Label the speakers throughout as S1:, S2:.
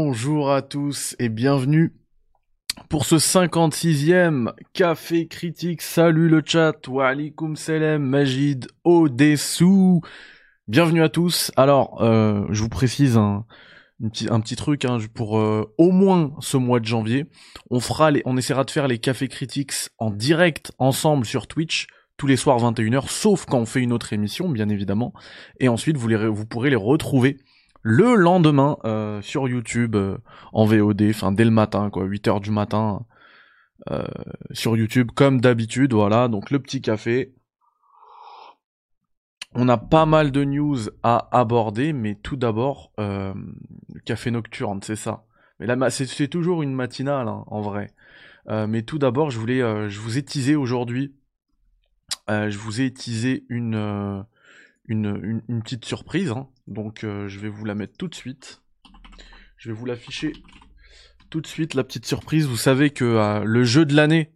S1: Bonjour à tous et bienvenue pour ce 56e Café Critique. Salut le chat, wa alaikum salam, Majid, Odessou. Bienvenue à tous. Alors, je vous précise un petit truc pour au moins ce mois de janvier. On essaiera de faire les Café Critiques en direct ensemble sur Twitch tous les soirs 21h, sauf quand on fait une autre émission, bien évidemment. Et ensuite, vous pourrez les retrouver le lendemain sur YouTube en VOD, enfin dès le matin, 8h du matin sur YouTube, comme d'habitude, voilà. Donc le petit café. On a pas mal de news à aborder, mais tout d'abord, le café nocturne, c'est ça. Mais là, c'est toujours une matinale, hein, en vrai. Mais tout d'abord, je vous ai teasé aujourd'hui. Je vous ai teasé une petite surprise, hein. Donc je vais vous la mettre tout de suite. Je vais vous l'afficher tout de suite, la petite surprise. Vous savez que le jeu de l'année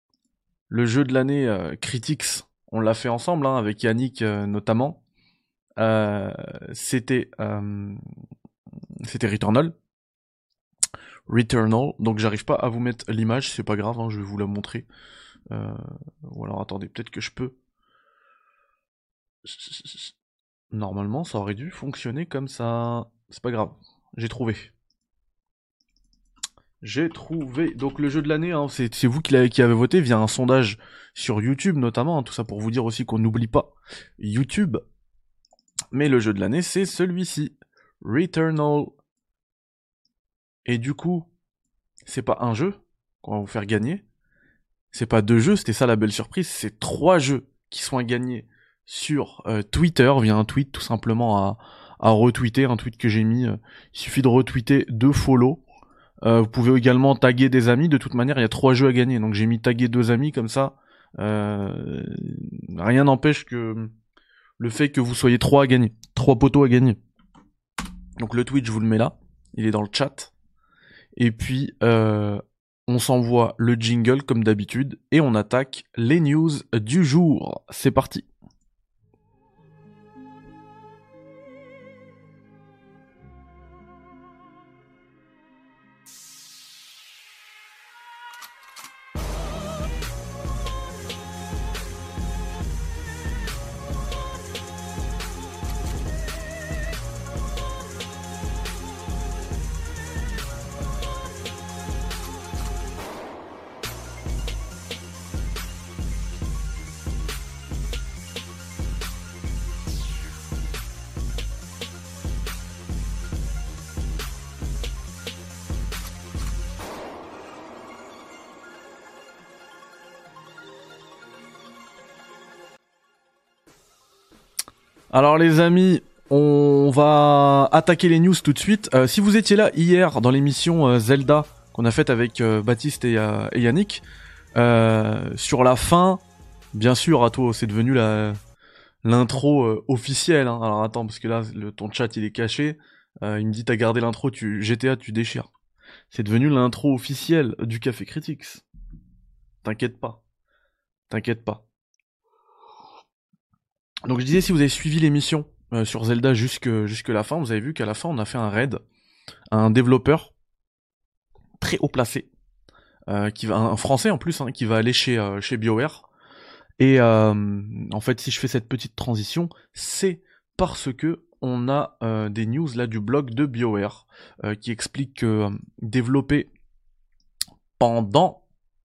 S1: Critics, on l'a fait ensemble, hein, avec Yannick notamment. C'était Returnal. Donc j'arrive pas à vous mettre l'image, c'est pas grave, hein, je vais vous la montrer. Ou alors attendez, peut-être que je peux. Normalement, ça aurait dû fonctionner comme ça. C'est pas grave. J'ai trouvé. Donc le jeu de l'année, hein, c'est vous qui avez voté via un sondage sur YouTube notamment. Hein, tout ça pour vous dire aussi qu'on n'oublie pas YouTube. Mais le jeu de l'année, c'est celui-ci. Returnal. Et du coup, c'est pas un jeu qu'on va vous faire gagner. C'est pas 2 jeux, c'était ça la belle surprise. C'est 3 jeux qui sont à gagner sur Twitter, via un tweet tout simplement à retweeter, un tweet que j'ai mis. Il suffit de retweeter 2 follow. Vous pouvez également taguer des amis. De toute manière, il y a 3 jeux à gagner. Donc j'ai mis taguer 2 amis comme ça. Rien n'empêche que le fait que vous soyez 3 à gagner. 3 poteaux à gagner. Donc le tweet, je vous le mets là. Il est dans le chat. Et puis, on s'envoie le jingle comme d'habitude. Et on attaque les news du jour. C'est parti. Alors les amis, on va attaquer les news tout de suite. Si vous étiez là hier dans l'émission Zelda qu'on a faite avec Baptiste et Yannick, sur la fin, bien sûr, Ato, c'est devenu l'intro officielle. Hein. Alors attends, parce que là, ton chat il est caché. Il me dit t'as gardé l'intro, GTA tu déchires. C'est devenu l'intro officielle du Café Critics. T'inquiète pas. Donc je disais, si vous avez suivi l'émission sur Zelda jusque la fin, vous avez vu qu'à la fin on a fait un raid à un développeur très haut placé, un français en plus, hein, qui va aller chez BioWare. Et en fait, si je fais cette petite transition, c'est parce que on a des news là du blog de BioWare qui explique que développer pendant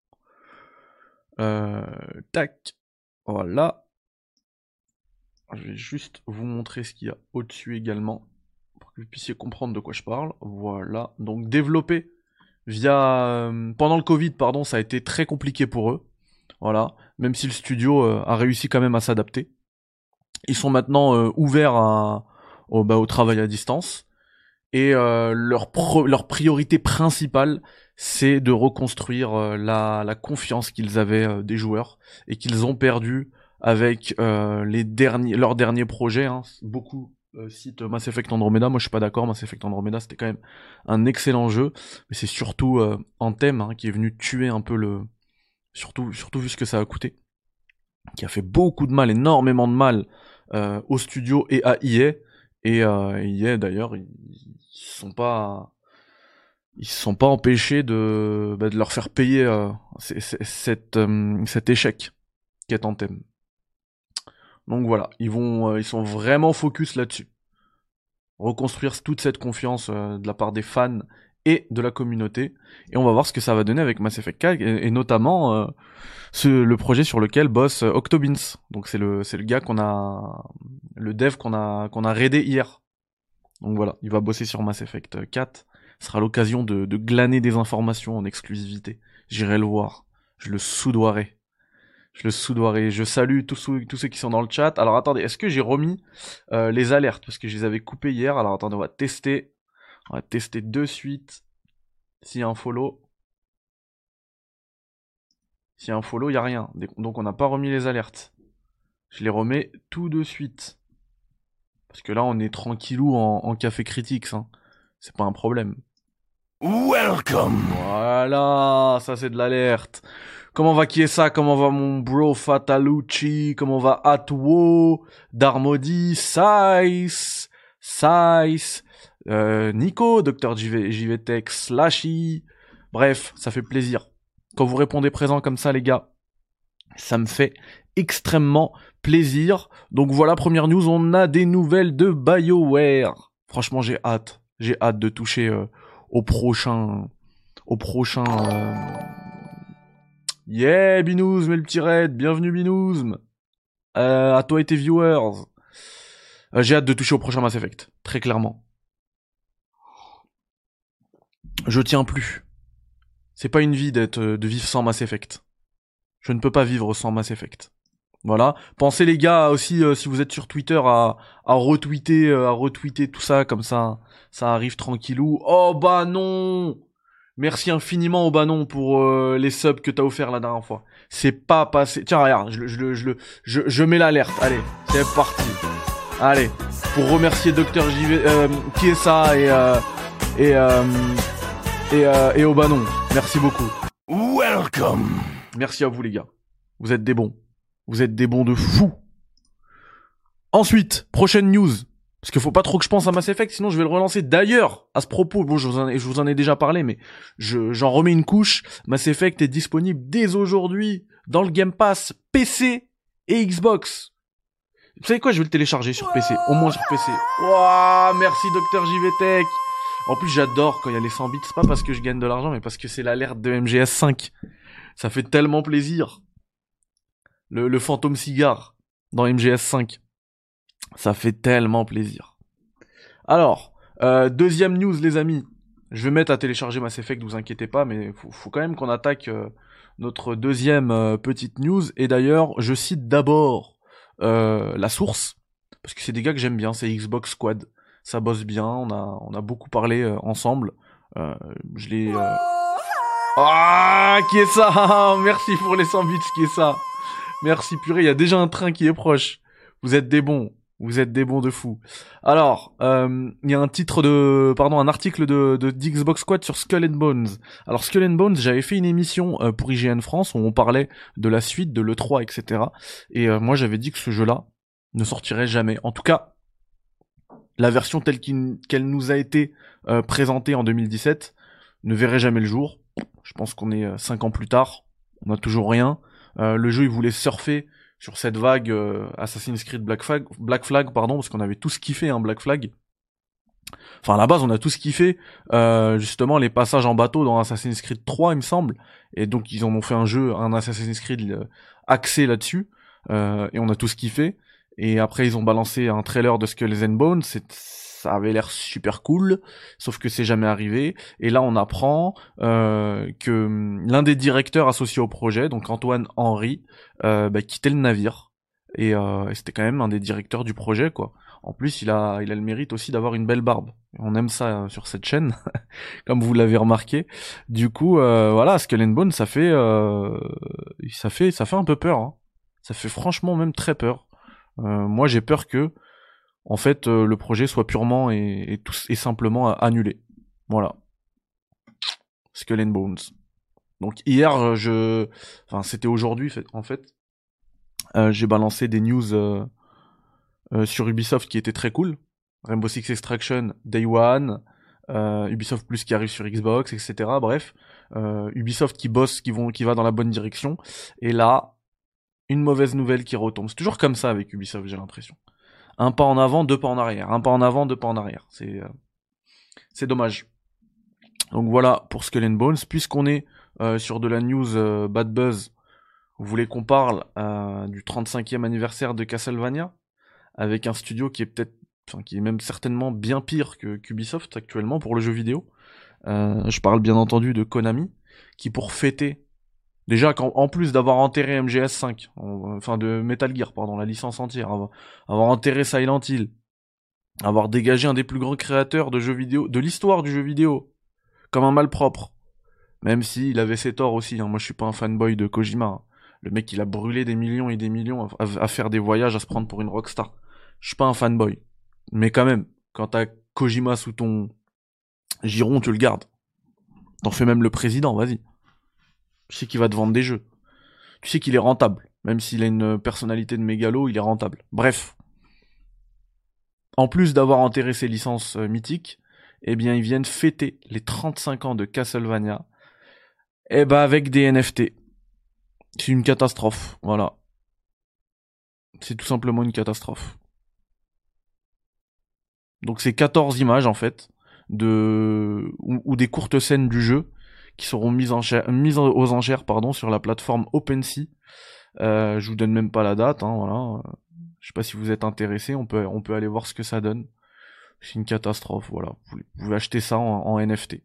S1: voilà. Je vais juste vous montrer ce qu'il y a au-dessus également, pour que vous puissiez comprendre de quoi je parle. Voilà, donc développer via... pendant le Covid, pardon, ça a été très compliqué pour eux. Voilà, même si le studio a réussi quand même à s'adapter. Ils sont maintenant ouverts au travail à distance. Et leur priorité principale, c'est de reconstruire la confiance qu'ils avaient des joueurs et qu'ils ont perdu avec leurs derniers projets. Hein. Beaucoup citent Mass Effect Andromeda. Moi, je suis pas d'accord. Mass Effect Andromeda, c'était quand même un excellent jeu, mais c'est surtout Anthem, hein, qui est venu tuer un peu surtout vu ce que ça a coûté, qui a fait beaucoup de mal, énormément de mal au studio et à EA. Et EA d'ailleurs, ils sont pas ils se sont pas empêchés de leur faire payer cet échec qui est en thème. Donc voilà, ils sont vraiment focus là-dessus. Reconstruire toute cette confiance de la part des fans et de la communauté. Et on va voir ce que ça va donner avec Mass Effect 4 et notamment le projet sur lequel bosse Octobins. Donc c'est le gars le dev qu'on a raidé hier. Donc voilà, il va bosser sur Mass Effect 4. Ce sera l'occasion de glaner des informations en exclusivité. J'irai le voir. Je le soudoirai. Je salue tous ceux qui sont dans le chat. Alors attendez, est-ce que j'ai remis les alertes? Parce que je les avais coupées hier. Alors attendez, on va tester. On va tester de suite. S'il y a un follow. S'il y a un follow, il n'y a rien. Donc on n'a pas remis les alertes. Je les remets tout de suite. Parce que là, on est tranquillou en café critiques. Hein. C'est pas un problème.
S2: Welcome.
S1: Voilà, ça c'est de l'alerte. Comment va Kiesa? Comment va mon bro Fatalucci? Comment va Atwo? Darmody? Size? Nico? Dr JVTech? Slashy? Bref, ça fait plaisir. Quand vous répondez présent comme ça, les gars, ça me fait extrêmement plaisir. Donc voilà, première news, on a des nouvelles de BioWare. Franchement, j'ai hâte. J'ai hâte de toucher au prochain... Yeah, Binouzm et le petit raid, bienvenue Binouzm. À toi et tes viewers. J'ai hâte de toucher au prochain Mass Effect, très clairement. Je tiens plus. C'est pas une vie de vivre sans Mass Effect. Je ne peux pas vivre sans Mass Effect. Voilà. Pensez les gars aussi, si vous êtes sur Twitter, à retweeter tout ça, comme ça arrive tranquillou. Oh bah non! Merci infiniment au Banon pour les subs que t'as offert la dernière fois. C'est pas passé. Tiens, regarde, je mets l'alerte. Allez, c'est parti. Allez, pour remercier Dr JV, Kiesa et au Banon. Merci beaucoup.
S2: Welcome.
S1: Merci à vous les gars. Vous êtes des bons. Vous êtes des bons de fou. Ensuite, prochaine news. Parce qu'il faut pas trop que je pense à Mass Effect, sinon je vais le relancer. D'ailleurs, à ce propos, bon, je vous en ai déjà parlé, mais j'en remets une couche. Mass Effect est disponible dès aujourd'hui dans le Game Pass PC et Xbox. Vous savez quoi, je vais le télécharger sur PC, au moins sur PC. Waouh, merci Dr JVTech. En plus, j'adore quand il y a les 100 bits. C'est pas parce que je gagne de l'argent, mais parce que c'est l'alerte de MGS5. Ça fait tellement plaisir. Le fantôme cigare dans MGS5. Ça fait tellement plaisir. Alors, deuxième news les amis. Je vais mettre à télécharger Mass Effect, vous inquiétez pas, mais faut quand même qu'on attaque notre deuxième petite news. Et d'ailleurs, je cite d'abord la source, parce que c'est des gars que j'aime bien, c'est Xbox Squad. Ça bosse bien, on a beaucoup parlé ensemble. Je l'ai... Ah, qui est ça? Merci pour les 100 bits, qui est ça? Merci purée, il y a déjà un train qui est proche. Vous êtes des bons. Vous êtes des bons de fous. Alors, il y a un article de Xbox Squad sur Skull and Bones. Alors Skull and Bones, j'avais fait une émission pour IGN France où on parlait de la suite, de l'E3, etc. Et moi j'avais dit que ce jeu-là ne sortirait jamais. En tout cas, la version telle qu'elle nous a été présentée en 2017 ne verrait jamais le jour. Je pense qu'on est 5 ans plus tard. On n'a toujours rien. Le jeu, il voulait surfer sur cette vague Assassin's Creed Black Flag, parce qu'on avait tous kiffé Black Flag. Enfin, à la base, on a tous kiffé justement les passages en bateau dans Assassin's Creed 3, il me semble. Et donc, ils en ont fait un Assassin's Creed axé là-dessus. Et on a tous kiffé. Et après, ils ont balancé un trailer de Skull and Bones. Ça avait l'air super cool, sauf que c'est jamais arrivé. Et là, on apprend que l'un des directeurs associés au projet, donc Antoine Henry, quittait le navire. Et c'était quand même un des directeurs du projet, quoi. En plus, il a le mérite aussi d'avoir une belle barbe. On aime ça sur cette chaîne, comme vous l'avez remarqué. Du coup, voilà, Skull and Bones, ça fait un peu peur. Hein. Ça fait franchement même très peur. Moi, j'ai peur que en fait, le projet soit purement et simplement annulé. Voilà. Skull and Bones. Donc hier, c'était aujourd'hui en fait. J'ai balancé des news sur Ubisoft qui étaient très cool. Rainbow Six Extraction, Day One, Ubisoft Plus qui arrive sur Xbox, etc. Bref, Ubisoft qui bosse, qui va dans la bonne direction. Et là, une mauvaise nouvelle qui retombe. C'est toujours comme ça avec Ubisoft, j'ai l'impression. Un pas en avant, deux pas en arrière. Un pas en avant, deux pas en arrière. C'est dommage. Donc voilà pour Skull and Bones. Puisqu'on est sur de la news Bad Buzz, vous voulez qu'on parle du 35e anniversaire de Castlevania, avec un studio qui est qui est même certainement bien pire que qu'Ubisoft actuellement pour le jeu vidéo. Je parle bien entendu de Konami, qui pour fêter, déjà en plus d'avoir enterré MGS5, enfin de Metal Gear, pardon, la licence entière, avoir enterré Silent Hill, avoir dégagé un des plus grands créateurs de jeux vidéo, de l'histoire du jeu vidéo, comme un malpropre, même s'il avait ses torts aussi, hein. Moi je suis pas un fanboy de Kojima, hein. Le mec il a brûlé des millions et des millions à faire des voyages, à se prendre pour une rockstar. Je suis pas un fanboy. Mais quand même, quand t'as Kojima sous ton giron, tu le gardes. T'en fais même le président, vas-y. Tu sais qu'il va te vendre des jeux. Tu sais qu'il est rentable. Même s'il a une personnalité de mégalo, il est rentable. Bref. En plus d'avoir enterré ses licences mythiques, eh bien ils viennent fêter les 35 ans de Castlevania. Eh ben avec des NFT. C'est une catastrophe, voilà. C'est tout simplement une catastrophe. Donc c'est 14 images en fait, ou des courtes scènes du jeu qui seront mises aux enchères sur la plateforme OpenSea. Je vous donne même pas la date, hein, voilà. Je sais pas si vous êtes intéressé, on peut aller voir ce que ça donne. C'est une catastrophe, voilà. Vous pouvez acheter ça en NFT.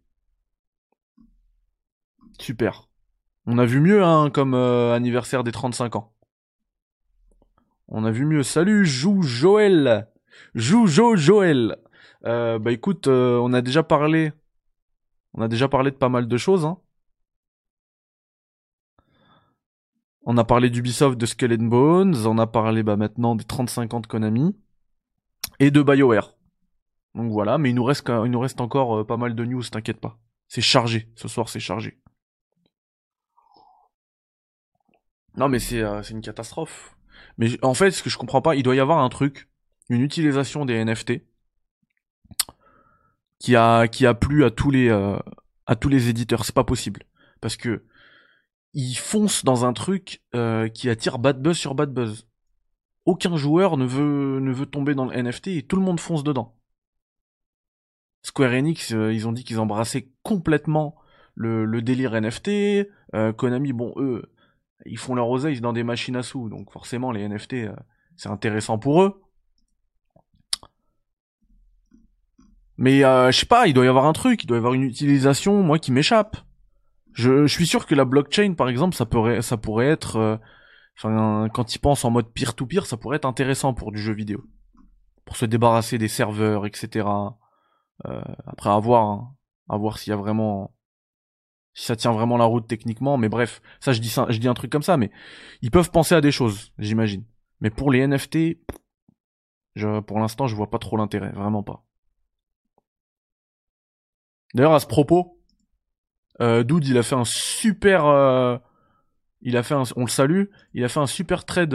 S1: Super. On a vu mieux, hein, comme anniversaire des 35 ans. On a vu mieux. Salut, Joël. Joël. Bah écoute, on a déjà parlé de pas mal de choses, hein. On a parlé d'Ubisoft, de Skull and Bones, on a parlé maintenant des 35 ans de Konami et de BioWare. Donc voilà, mais il nous reste encore pas mal de news, t'inquiète pas. C'est chargé, ce soir c'est chargé. Non mais c'est une catastrophe. Mais en fait, ce que je comprends pas, il doit y avoir un truc, une utilisation des NFT qui a plu à tous les éditeurs. C'est pas possible, parce que ils foncent dans un truc qui attire bad buzz sur bad buzz. Aucun joueur ne veut tomber dans le NFT et tout le monde fonce dedans. Square Enix, ils ont dit qu'ils embrassaient complètement le délire NFT. Konami, bon, eux, ils font leur oseille dans des machines à sous, donc forcément les NFT, c'est intéressant pour eux. Mais je sais pas, il doit y avoir un truc, il doit y avoir une utilisation, moi, qui m'échappe. Je suis sûr que la blockchain, par exemple, ça pourrait être, quand ils pensent en mode peer-to-peer, ça pourrait être intéressant pour du jeu vidéo, pour se débarrasser des serveurs, etc. Après, à voir s'il y a vraiment, si ça tient vraiment la route techniquement. Mais bref, ça, je dis un truc comme ça, mais ils peuvent penser à des choses, j'imagine. Mais pour les NFT, pour l'instant, je vois pas trop l'intérêt, vraiment pas. D'ailleurs, à ce propos, Dude, il a fait un super, on le salue, il a fait un super thread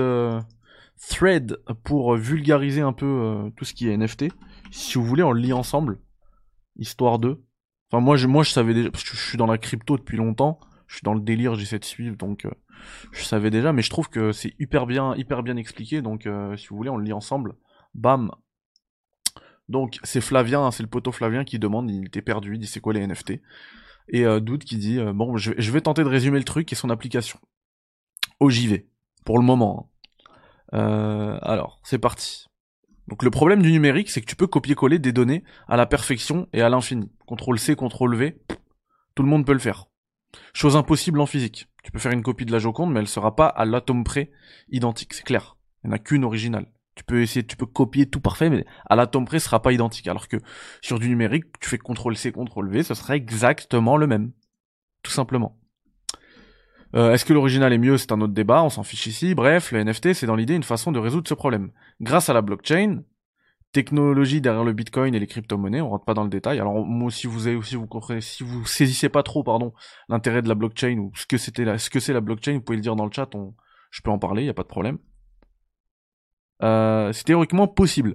S1: pour vulgariser un peu tout ce qui est NFT. Si vous voulez, on le lit ensemble, histoire de. Enfin, moi, je savais déjà, parce que je suis dans la crypto depuis longtemps, je suis dans le délire, j'essaie de suivre, donc je savais déjà, mais je trouve que c'est hyper bien expliqué, donc si vous voulez, on le lit ensemble. Bam. Donc, c'est Flavien, hein, c'est le poteau Flavien qui demande, il était perdu, il dit c'est quoi les NFT. Et Dude qui dit, bon, je vais tenter de résumer le truc et son application. Au JV, pour le moment. Hein. Alors, c'est parti. Donc le problème du numérique, c'est que tu peux copier-coller des données à la perfection et à l'infini. CTRL-C, CTRL-V, tout le monde peut le faire. Chose impossible en physique. Tu peux faire une copie de la Joconde, mais elle sera pas à l'atome près identique, c'est clair. Il n'y en a qu'une originale. Tu peux copier tout parfait, mais à l'atome près, ce sera pas identique. Alors que sur du numérique, tu fais CTRL-C, CTRL-V, ce sera exactement le même. Tout simplement. Est-ce que l'original est mieux? C'est un autre débat, on s'en fiche ici. Bref, le NFT, c'est dans l'idée une façon de résoudre ce problème. Grâce à la blockchain, technologie derrière le Bitcoin et les crypto-monnaies, on rentre pas dans le détail. Alors moi, si vous saisissez pas trop, l'intérêt de la blockchain ou ce que c'est la blockchain, vous pouvez le dire dans le chat, je peux en parler, y a pas de problème. C'est théoriquement possible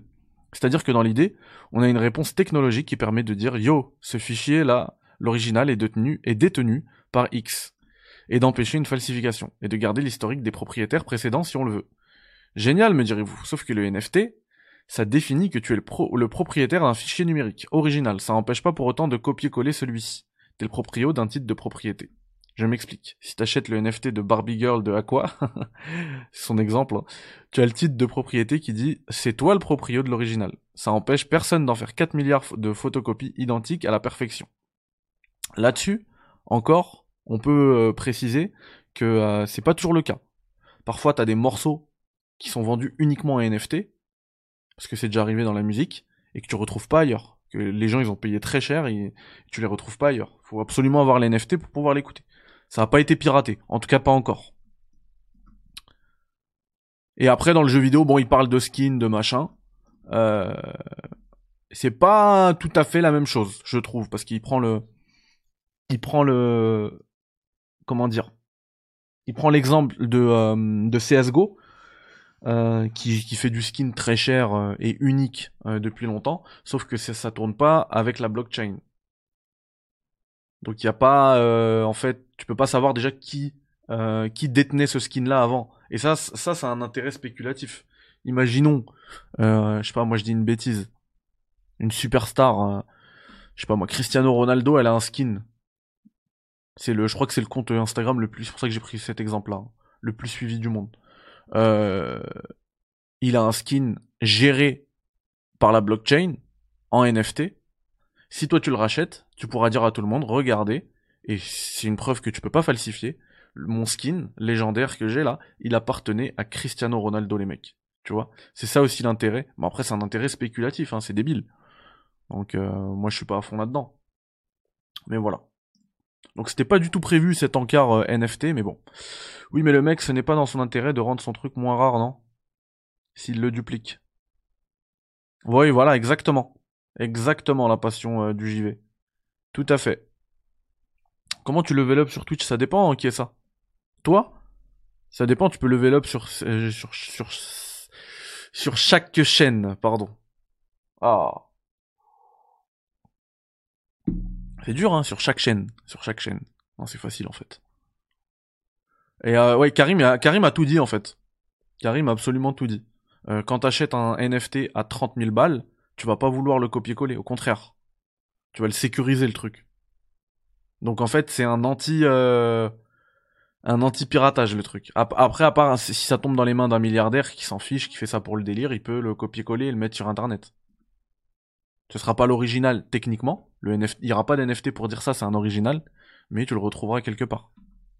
S1: C'est-à-dire que dans l'idée, on a une réponse technologique qui permet de dire yo, ce fichier là, l'original est détenu par X, et d'empêcher une falsification, et de garder l'historique des propriétaires précédents si on le veut. Génial, me direz-vous, sauf que le NFT, ça définit que tu es le propriétaire d'un fichier numérique, original, ça n'empêche pas pour autant de copier-coller celui-ci. T'es le proprio d'un titre de propriété. Je m'explique. Si t'achètes le NFT de Barbie Girl de Aqua, c'est son exemple, hein, tu as le titre de propriété qui dit « c'est toi le proprio de l'original ». Ça empêche personne d'en faire 4 milliards de photocopies identiques à la perfection. Là-dessus, encore, on peut préciser que c'est pas toujours le cas. Parfois, t'as des morceaux qui sont vendus uniquement en NFT, parce que c'est déjà arrivé dans la musique, et que tu retrouves pas ailleurs. Que les gens, ils ont payé très cher et tu les retrouves pas ailleurs. Faut absolument avoir les NFT pour pouvoir l'écouter. Ça a pas été piraté, en tout cas pas encore. Et après, dans le jeu vidéo, bon, il parle de skin, de machin. C'est pas tout à fait la même chose, je trouve, parce qu'il prend le... Comment dire ? Il prend l'exemple de CSGO, qui fait du skin très cher et unique depuis longtemps, sauf que ça tourne pas avec la blockchain. Donc il y a pas, en fait, tu peux pas savoir déjà qui détenait ce skin-là avant. Et ça c'est un intérêt spéculatif. Imaginons, je sais pas, moi je dis une bêtise, une superstar, je sais pas moi, Cristiano Ronaldo, elle a un skin. Je crois que c'est le compte Instagram le plus, c'est pour ça que j'ai pris cet exemple-là, hein, le plus suivi du monde. Il a un skin géré par la blockchain en NFT. Si toi tu le rachètes, tu pourras dire à tout le monde, regardez, et c'est une preuve que tu peux pas falsifier, mon skin légendaire que j'ai là, il appartenait à Cristiano Ronaldo, les mecs. Tu vois, c'est ça aussi l'intérêt. Bon après c'est un intérêt spéculatif, hein, c'est débile. Donc moi je suis pas à fond là-dedans. Mais voilà. Donc c'était pas du tout prévu cet encart NFT, mais bon. Oui, mais le mec, ce n'est pas dans son intérêt de rendre son truc moins rare, non ? S'il le duplique. Oui, voilà, exactement. Exactement la passion du JV. Tout à fait. Comment tu level up sur Twitch ? Ça dépend, hein, qui est ça ? Toi ? Ça dépend, tu peux level up sur chaque chaîne, pardon. Ah. C'est dur, hein, sur chaque chaîne. Sur chaque chaîne. Non, c'est facile, en fait. Et ouais, Karim a tout dit, en fait. Karim a absolument tout dit. Quand t'achètes un NFT à 30 000 balles, tu vas pas vouloir le copier-coller, au contraire. Tu vas le sécuriser, le truc. Donc en fait, c'est un anti-piratage, le truc. Après, à part si ça tombe dans les mains d'un milliardaire qui s'en fiche, qui fait ça pour le délire, il peut le copier-coller et le mettre sur internet. Ce sera pas l'original, techniquement. Il y aura pas d'NFT pour dire ça, c'est un original, mais tu le retrouveras quelque part.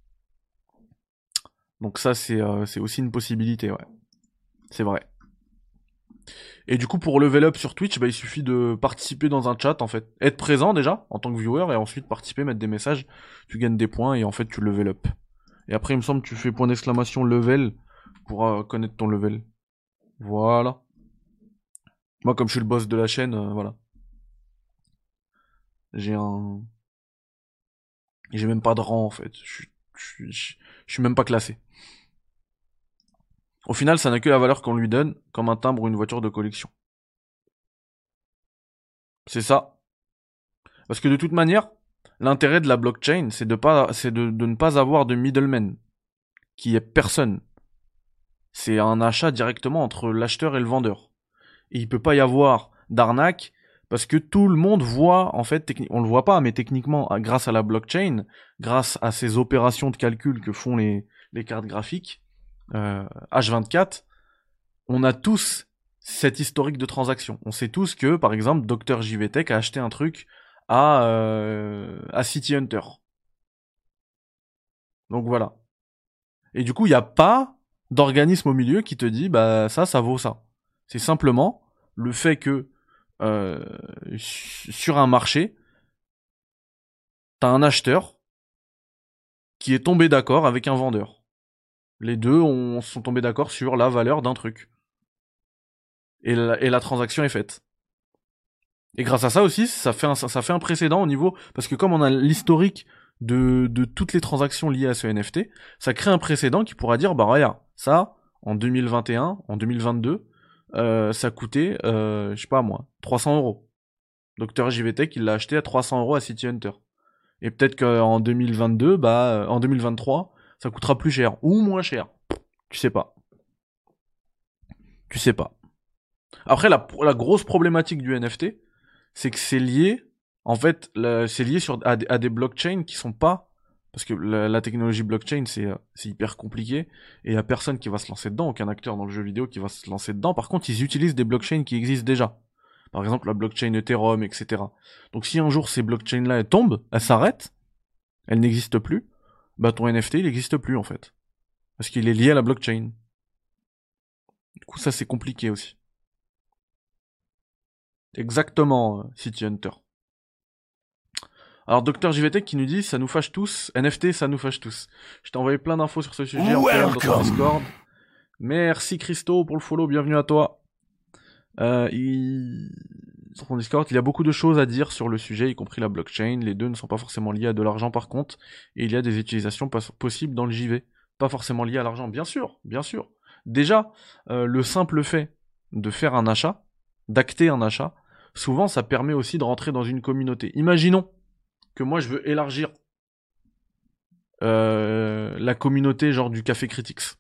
S1: Donc ça, c'est aussi une possibilité, ouais. C'est vrai. Et du coup, pour level up sur Twitch, bah, il suffit de participer dans un chat, en fait. Être présent, déjà, en tant que viewer, et ensuite participer, mettre des messages. Tu gagnes des points, et en fait, tu level up. Et après, il me semble que tu fais point d'exclamation level pour connaître ton level. Voilà. Moi, comme je suis le boss de la chaîne, voilà. J'ai même pas de rang, en fait. Je suis même pas classé. Au final, ça n'a que la valeur qu'on lui donne, comme un timbre ou une voiture de collection. C'est ça. Parce que de toute manière, l'intérêt de la blockchain, c'est de ne pas avoir de middleman, qui est personne. C'est un achat directement entre l'acheteur et le vendeur. Et il peut pas y avoir d'arnaque, parce que tout le monde voit, en fait, on le voit pas, mais techniquement, grâce à la blockchain, grâce à ces opérations de calcul que font les cartes graphiques, H24, on a tous cet historique de transaction. On sait tous que, par exemple, Dr JVTech a acheté un truc à City Hunter. Donc voilà. Et du coup, il n'y a pas d'organisme au milieu qui te dit, bah ça vaut ça. C'est simplement le fait que sur un marché, t'as un acheteur qui est tombé d'accord avec un vendeur. Les deux sont tombés d'accord sur la valeur d'un truc. Et la transaction est faite. Et grâce à ça aussi, ça fait un précédent au niveau... Parce que comme on a l'historique de toutes les transactions liées à ce NFT, ça crée un précédent qui pourra dire, bah regarde, ça, en 2021, en 2022, ça coûtait, je sais pas moi, 300 €. Docteur JVTech, il l'a acheté à 300 € à City Hunter. Et peut-être qu'en 2022, en 2023, ça coûtera plus cher ou moins cher. Tu sais pas. Tu sais pas. Après, la grosse problématique du NFT, c'est que c'est lié, en fait, c'est lié à des blockchains qui sont pas, parce que la technologie blockchain, c'est hyper compliqué, et y a personne qui va se lancer dedans, aucun acteur dans le jeu vidéo qui va se lancer dedans. Par contre, ils utilisent des blockchains qui existent déjà. Par exemple, la blockchain Ethereum, etc. Donc si un jour ces blockchains-là, elles tombent, elles s'arrêtent, elles n'existent plus, bah ton NFT, il n'existe plus, en fait. Parce qu'il est lié à la blockchain. Du coup, ça, c'est compliqué aussi. Exactement, City Hunter. Alors, Docteur JVTech qui nous dit, ça nous fâche tous, NFT, ça nous fâche tous. Je t'ai envoyé plein d'infos sur ce sujet en PM dans ton Discord. Merci Christo pour le follow, bienvenue à toi. Sur ton Discord, il y a beaucoup de choses à dire sur le sujet, y compris la blockchain. Les deux ne sont pas forcément liés à de l'argent par contre, et il y a des utilisations possibles dans le JV. Pas forcément liées à l'argent, bien sûr, bien sûr. Déjà, le simple fait de faire un achat, d'acter un achat, souvent ça permet aussi de rentrer dans une communauté. Imaginons que moi je veux élargir la communauté genre du Café Critics.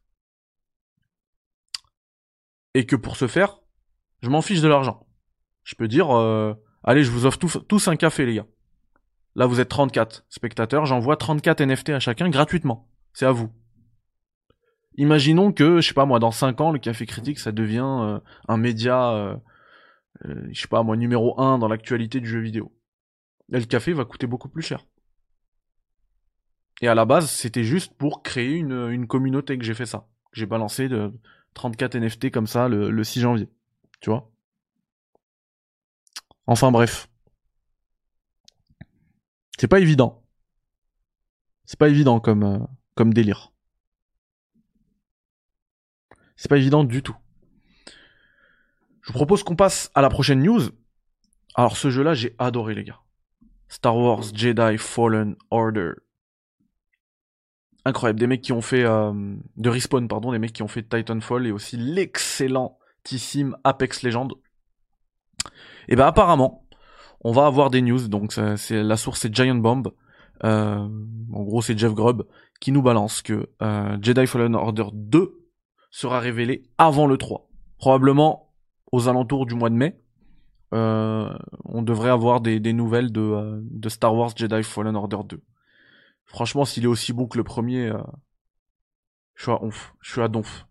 S1: Et que pour ce faire, je m'en fiche de l'argent. Je peux dire, allez, je vous offre tous un café les gars. Là vous êtes 34 spectateurs, j'envoie 34 NFT à chacun gratuitement. C'est à vous. Imaginons que, je sais pas moi, dans 5 ans, le Café Critique, ça devient un média, je sais pas moi, numéro 1 dans l'actualité du jeu vidéo. Et le café va coûter beaucoup plus cher. Et à la base, c'était juste pour créer une communauté que j'ai fait ça. J'ai balancé de 34 NFT comme ça le 6 janvier. Tu vois ? Enfin bref. C'est pas évident. C'est pas évident comme délire. C'est pas évident du tout. Je vous propose qu'on passe à la prochaine news. Alors ce jeu-là, j'ai adoré les gars. Star Wars Jedi Fallen Order. Incroyable, des mecs qui ont fait de Respawn, pardon, des mecs qui ont fait Titanfall et aussi l'excellentissime Apex Legends. Et ben apparemment, on va avoir des news. Donc c'est la source, c'est Giant Bomb. En gros, c'est Jeff Grubb qui nous balance que Jedi Fallen Order 2 sera révélé avant le 3, probablement aux alentours du mois de mai. On devrait avoir des nouvelles de Star Wars Jedi Fallen Order 2. Franchement, s'il est aussi bon que le premier, je suis à onf, je suis à donf.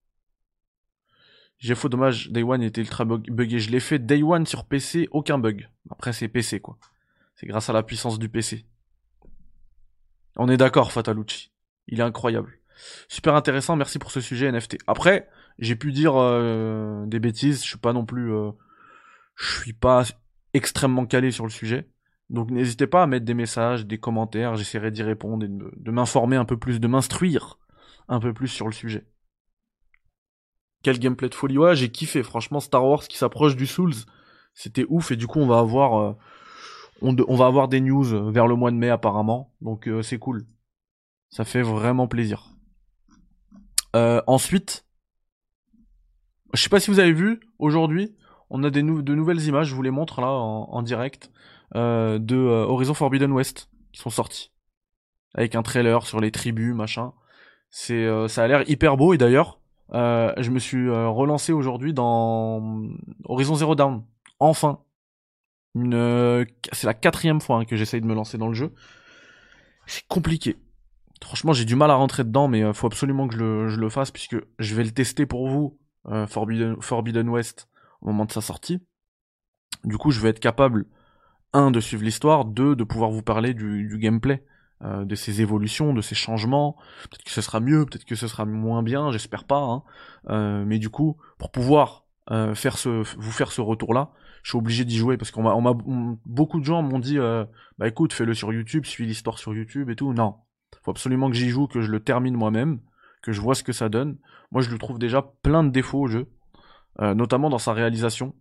S1: J'ai faux, dommage, Day One était ultra buggé. Je l'ai fait Day One sur PC, aucun bug. Après, c'est PC, quoi. C'est grâce à la puissance du PC. On est d'accord, Fatalucci. Il est incroyable. Super intéressant, merci pour ce sujet NFT. Après, j'ai pu dire des bêtises, je suis pas non plus... je suis pas extrêmement calé sur le sujet. Donc n'hésitez pas à mettre des messages, des commentaires, j'essaierai d'y répondre et de m'informer un peu plus, de m'instruire un peu plus sur le sujet. Quel gameplay de folie, ouais, j'ai kiffé, franchement, Star Wars qui s'approche du Souls, c'était ouf, et du coup on va avoir on va avoir des news vers le mois de mai apparemment, donc c'est cool. Ça fait vraiment plaisir. Ensuite, je sais pas si vous avez vu, aujourd'hui, on a de nouvelles images, je vous les montre là en direct, de Horizon Forbidden West qui sont sortis. Avec un trailer sur les tribus, machin. Ça a l'air hyper beau, et d'ailleurs, je me suis relancé aujourd'hui dans Horizon Zero Dawn. Enfin. C'est la 4e fois que j'essaye de me lancer dans le jeu. C'est compliqué. Franchement, j'ai du mal à rentrer dedans, mais faut absolument que je le fasse, puisque je vais le tester pour vous, Forbidden West, au moment de sa sortie. Du coup, je vais être capable, 1, de suivre l'histoire, 2, de pouvoir vous parler du gameplay, de ses évolutions, de ses changements. Peut-être que ce sera mieux, peut-être que ce sera moins bien, j'espère pas. Mais du coup, pour pouvoir vous faire ce retour-là, je suis obligé d'y jouer, parce beaucoup de gens m'ont dit, bah écoute, fais-le sur YouTube, suis l'histoire sur YouTube et tout. Non, faut absolument que j'y joue, que je le termine moi-même, que je vois ce que ça donne. Moi, je lui trouve déjà plein de défauts au jeu, notamment dans sa réalisation.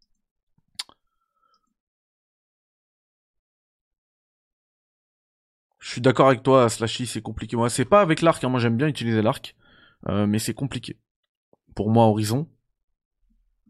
S1: Je suis d'accord avec toi, Slashy, c'est compliqué. Moi, c'est pas avec l'arc, moi j'aime bien utiliser l'arc, mais c'est compliqué. Pour moi, Horizon.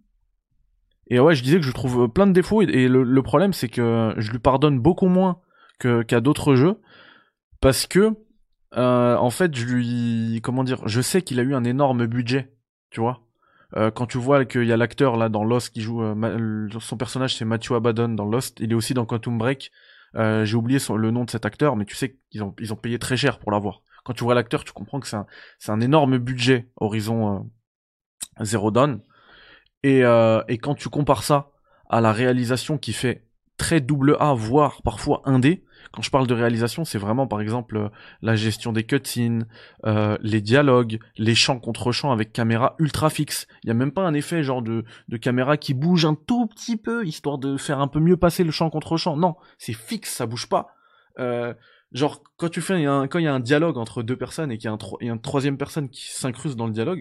S1: Et ouais, je disais que je trouve plein de défauts, et le problème, c'est que je lui pardonne beaucoup moins qu'à d'autres jeux, parce que, en fait, comment dire, je sais qu'il a eu un énorme budget, tu vois. Quand tu vois qu'il y a l'acteur là dans Lost qui joue, son personnage c'est Matthew Abaddon dans Lost, il est aussi dans Quantum Break. J'ai oublié le nom de cet acteur, mais tu sais qu'ils ont payé très cher pour l'avoir. Quand tu vois l'acteur, tu comprends que c'est un énorme budget Horizon Zero Dawn. Et quand tu compares ça à la réalisation qui fait très double A, voire parfois indé, quand je parle de réalisation, c'est vraiment par exemple la gestion des cutscenes, les dialogues, les champs contre champs avec caméra ultra fixe. Il y a même pas un effet genre de caméra qui bouge un tout petit peu, histoire de faire un peu mieux passer le champ contre champ. Non, c'est fixe, ça bouge pas. Genre quand quand il y a un dialogue entre deux personnes et qu'il y a une troisième personne qui s'incruste dans le dialogue,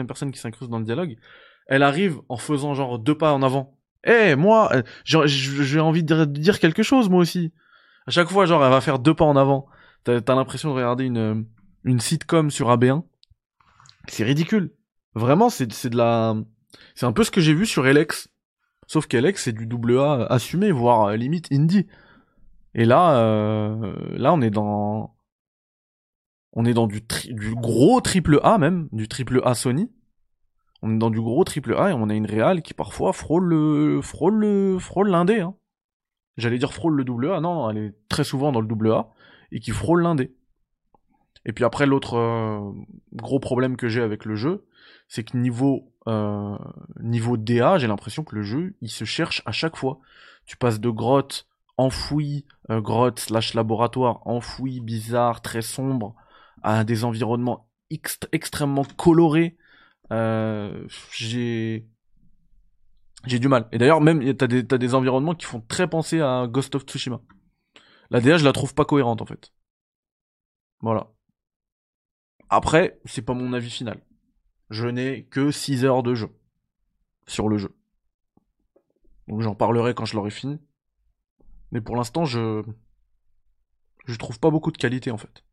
S1: elle arrive en faisant genre 2 pas en avant. Moi, j'ai envie de dire quelque chose, moi aussi. À chaque fois, genre, elle va faire 2 pas en avant. T'as l'impression de regarder une sitcom sur AB1. C'est ridicule. Vraiment, c'est un peu ce que j'ai vu sur Elex. Sauf qu'Elex, c'est du double A assumé, voire limite indie. Et là, on est dans du gros triple A même, du triple A Sony. On est dans du gros triple A et on a une réal qui parfois frôle l'indé, hein. J'allais dire frôle le double A, non, elle est très souvent dans le double A et qui frôle l'indé. Et puis après, l'autre gros problème que j'ai avec le jeu, c'est que niveau DA, j'ai l'impression que le jeu, il se cherche à chaque fois. Tu passes de grotte enfouie, grotte / laboratoire enfouie, bizarre, très sombre, à des environnements extrêmement colorés. Euh, j'ai j'ai du mal. Et d'ailleurs, même t'as des environnements qui font très penser à Ghost of Tsushima. La DA, je la trouve pas cohérente en fait. Voilà. Après, c'est pas mon avis final. Je n'ai que 6 heures de jeu sur le jeu. Donc j'en parlerai quand je l'aurai fini. Mais pour l'instant, je trouve pas beaucoup de qualité en fait.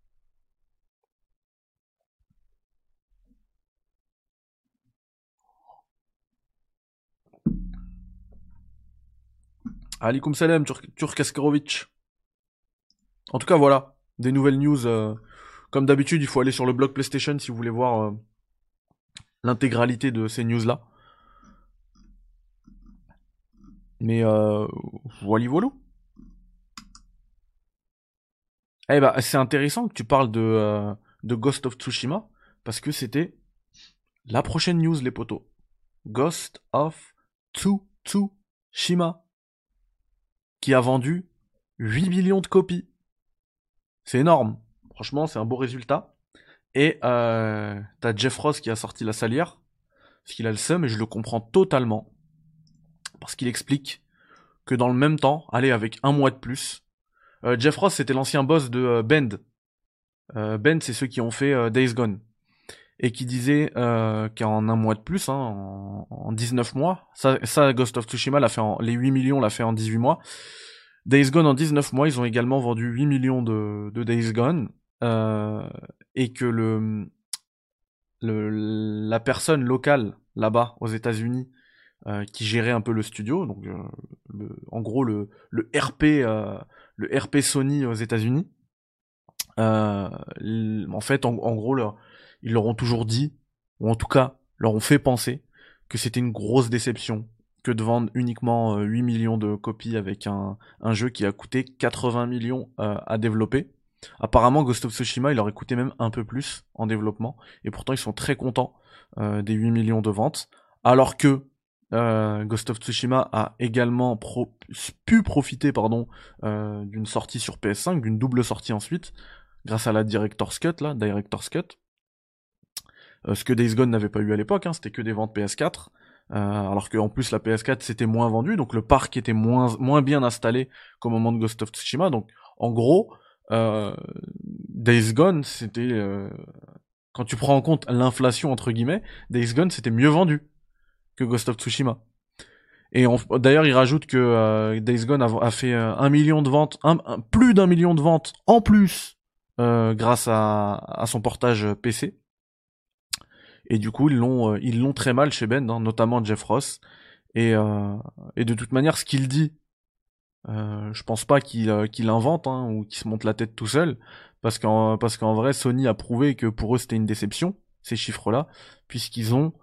S1: Alikum salam, Turk Askarovic. En tout cas, voilà. Des nouvelles news. Comme d'habitude, il faut aller sur le blog PlayStation si vous voulez voir l'intégralité de ces news-là. Mais voilà, voilà. Eh bah, c'est intéressant que tu parles de Ghost of Tsushima, parce que c'était la prochaine news, les potos. Ghost of Tsushima, qui a vendu 8 millions de copies. C'est énorme. Franchement, c'est un beau résultat. Et t'as Jeff Ross qui a sorti la salière, parce qu'il a le seum, et je le comprends totalement. Parce qu'il explique que dans le même temps, allez, avec un mois de plus, Jeff Ross, c'était l'ancien boss de Bend. Bend, c'est ceux qui ont fait Days Gone. Et qui disait qu'en un mois de plus, hein, en 19 mois, ça Ghost of Tsushima l'a fait les 8 millions l'a fait en 18 mois. Days Gone en 19 mois, ils ont également vendu 8 millions de Days Gone. Et que la personne locale là-bas aux États-Unis qui gérait un peu le studio, donc en gros le RP Sony aux États-Unis. En fait, en gros, ils leur ont toujours dit, ou en tout cas, leur ont fait penser que c'était une grosse déception que de vendre uniquement 8 millions de copies avec un jeu qui a coûté 80 millions à développer. Apparemment, Ghost of Tsushima, il aurait coûté même un peu plus en développement, et pourtant ils sont très contents des 8 millions de ventes, alors que Ghost of Tsushima a également pu profiter d'une sortie sur PS5, d'une double sortie ensuite, grâce à la Director's Cut, ce que Days Gone n'avait pas eu à l'époque, hein, c'était que des ventes PS4, alors qu'en plus la PS4 s'était moins vendue, donc le parc était moins bien installé qu'au moment de Ghost of Tsushima, donc en gros, Days Gone, c'était... quand tu prends en compte l'inflation, entre guillemets, Days Gone, c'était mieux vendu que Ghost of Tsushima. Et d'ailleurs, il rajoute que Days Gone a fait 1 million de ventes, plus d'1 million de ventes en plus grâce à son portage PC. Et du coup, ils l'ont très mal chez Ben, hein, notamment Jeff Ross. Et de toute manière, ce qu'il dit, je pense pas qu'il invente hein, ou qu'il se monte la tête tout seul, parce qu'en vrai, Sony a prouvé que pour eux c'était une déception ces chiffres-là, puisqu'ils ont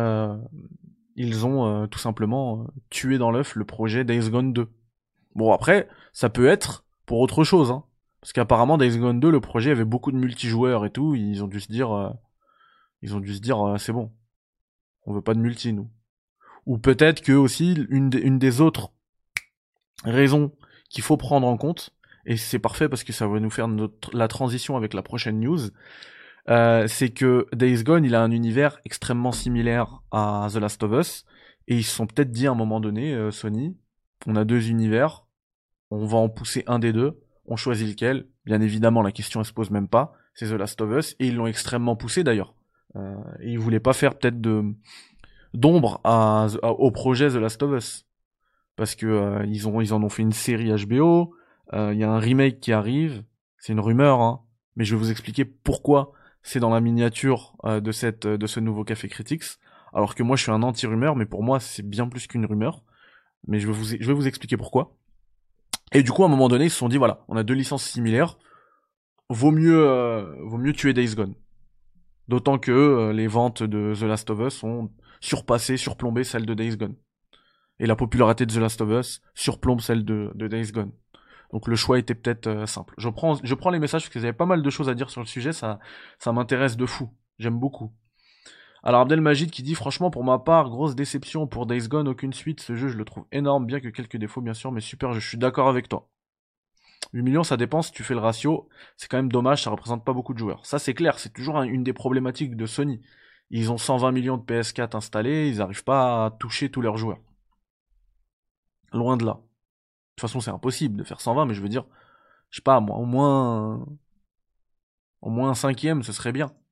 S1: tout simplement tué dans l'œuf le projet Days Gone 2. Bon après, ça peut être pour autre chose, hein, parce qu'apparemment Days Gone 2, le projet avait beaucoup de multijoueurs et tout, ils ont dû se dire c'est bon, on veut pas de multi nous. Ou peut-être que aussi une des autres raisons qu'il faut prendre en compte, et c'est parfait parce que ça va nous faire la transition avec la prochaine news, c'est que Days Gone, il a un univers extrêmement similaire à The Last of Us, et ils se sont peut-être dit à un moment donné, Sony, on a deux univers, on va en pousser un des deux, on choisit lequel. Bien évidemment, la question elle se pose même pas, c'est The Last of Us, et ils l'ont extrêmement poussé d'ailleurs. Et ils voulaient pas faire peut-être d'ombre au projet The Last of Us. Parce que ils en ont fait une série HBO, il y a un remake qui arrive, c'est une rumeur, hein, mais je vais vous expliquer pourquoi c'est dans la miniature de ce nouveau Café Critics, alors que moi je suis un anti-rumeur, mais pour moi c'est bien plus qu'une rumeur, mais je vais vous expliquer pourquoi. Et du coup à un moment donné ils se sont dit voilà, on a deux licences similaires, vaut mieux tuer Days Gone. D'autant que les ventes de The Last of Us ont surplombé celles de Days Gone. Et la popularité de The Last of Us surplombe celle de Days Gone. Donc le choix était peut-être simple. Je prends les messages parce que vous avez pas mal de choses à dire sur le sujet, ça m'intéresse de fou. J'aime beaucoup. Alors Abdelmajid qui dit franchement pour ma part, grosse déception pour Days Gone, aucune suite, ce jeu je le trouve énorme, bien que quelques défauts bien sûr, mais super, je suis d'accord avec toi. 8 millions ça dépend si tu fais le ratio, c'est quand même dommage, ça représente pas beaucoup de joueurs. Ça c'est clair, c'est toujours une des problématiques de Sony. Ils ont 120 millions de PS4 installés, ils n'arrivent pas à toucher tous leurs joueurs. Loin de là. De toute façon, c'est impossible de faire 120, mais je veux dire, je sais pas, moi, au moins un cinquième, ce serait bien.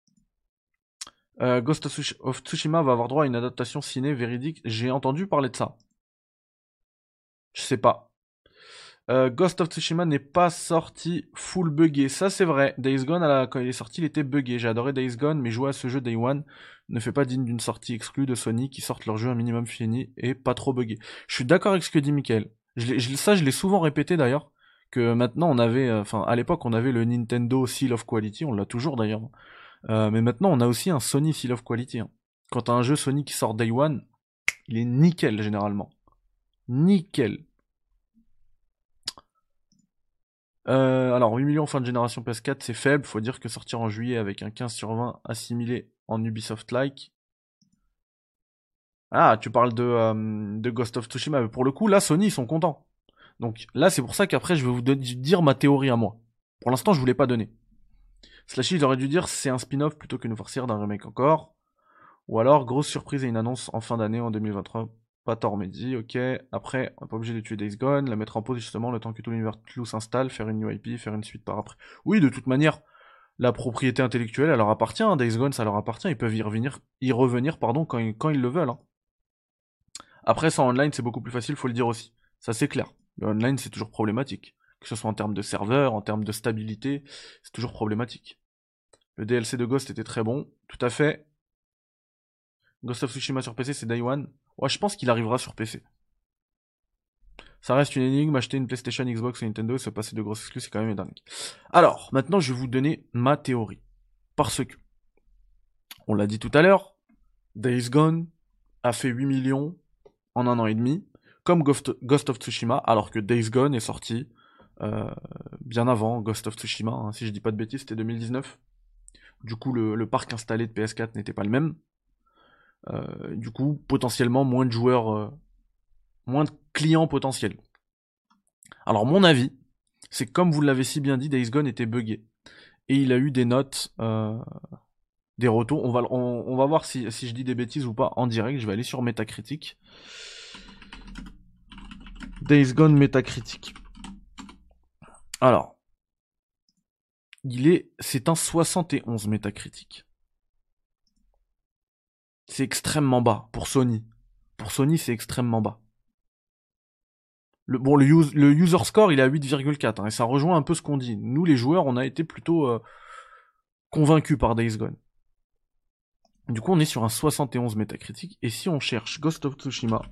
S1: Ghost of Tsushima va avoir droit à une adaptation ciné véridique. J'ai entendu parler de ça. Je sais pas. Ghost of Tsushima n'est pas sorti full buggé. Ça, c'est vrai. Days Gone, quand il est sorti, il était buggé. J'ai adoré Days Gone, mais jouer à ce jeu Day One ne fait pas digne d'une sortie exclue de Sony qui sortent leur jeu un minimum fini et pas trop buggé. Je suis d'accord avec ce que dit Mickaël. Je l'ai souvent répété d'ailleurs, que maintenant on avait, à l'époque on avait le Nintendo Seal of Quality, on l'a toujours d'ailleurs. Mais maintenant on a aussi un Sony Seal of Quality. Hein. Quand t'as un jeu Sony qui sort Day One, il est nickel généralement. Nickel. Alors 8 millions fin de génération PS4 c'est faible, faut dire que sortir en juillet avec un 15/20 assimilé en Ubisoft-like. Ah, tu parles de Ghost of Tsushima, mais pour le coup là Sony ils sont contents. Donc là c'est pour ça qu'après je vais vous dire ma théorie à moi. Pour l'instant je vous l'ai pas donné. Slashy il aurait dû dire c'est un spin-off plutôt que nous farcir d'un remake encore. Ou alors grosse surprise et une annonce en fin d'année en 2023. Pas tort, Mehdi, ok. Après, on n'est pas obligé de tuer Days Gone, la mettre en pause justement le temps que tout l'univers clou s'installe, faire une new IP, faire une suite par après. Oui, de toute manière, la propriété intellectuelle, elle leur appartient. Hein. Days Gone, ça leur appartient. Ils peuvent y revenir quand ils le veulent. Hein. Après, ça en online, c'est beaucoup plus facile, faut le dire aussi. Ça, c'est clair. Le online, c'est toujours problématique. Que ce soit en termes de serveur, en termes de stabilité, c'est toujours problématique. Le DLC de Ghost était très bon, tout à fait. Ghost of Tsushima sur PC, c'est Day One. Ouais, je pense qu'il arrivera sur PC. Ça reste une énigme, acheter une PlayStation, Xbox ou Nintendo et se passer de grosses exclus, c'est quand même dingue. Alors, maintenant, je vais vous donner ma théorie. Parce que, on l'a dit tout à l'heure, Days Gone a fait 8 millions en un an et demi, comme Ghost of Tsushima, alors que Days Gone est sorti bien avant Ghost of Tsushima, hein, si je dis pas de bêtises, c'était 2019. Du coup, le parc installé de PS4 n'était pas le même. Du coup, potentiellement, moins de joueurs, moins de clients potentiels. Alors, mon avis, c'est que comme vous l'avez si bien dit, Days Gone était buggé. Et il a eu des notes, des retours. On va voir si je dis des bêtises ou pas en direct. Je vais aller sur Metacritic. Days Gone Metacritic. Alors, c'est un 71 Metacritic. C'est extrêmement bas pour Sony. Pour Sony, c'est extrêmement bas. Le user score, il est à 8,4, hein, et ça rejoint un peu ce qu'on dit. Nous, les joueurs, on a été plutôt convaincus par Days Gone. Du coup, on est sur un 71 métacritique. Et si on cherche Ghost of Tsushima,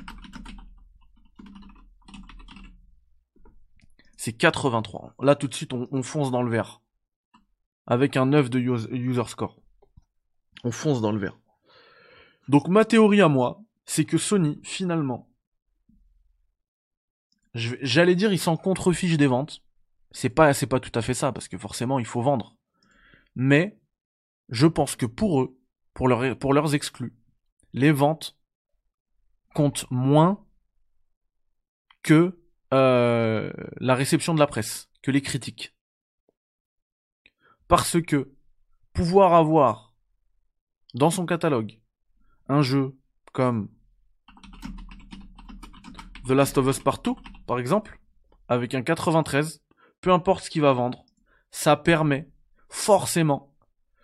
S1: c'est 83. Là, tout de suite, on fonce dans le vert. Avec un 9 de user score. On fonce dans le vert. Donc, ma théorie à moi, c'est que Sony, finalement, j'allais dire, ils s'en contrefichent des ventes. C'est pas tout à fait ça, parce que forcément, il faut vendre. Mais, je pense que pour eux, pour leurs exclus, les ventes comptent moins que la réception de la presse, que les critiques. Parce que pouvoir avoir dans son catalogue un jeu comme The Last of Us Part 2, par exemple, avec un 93, peu importe ce qu'il va vendre, ça permet forcément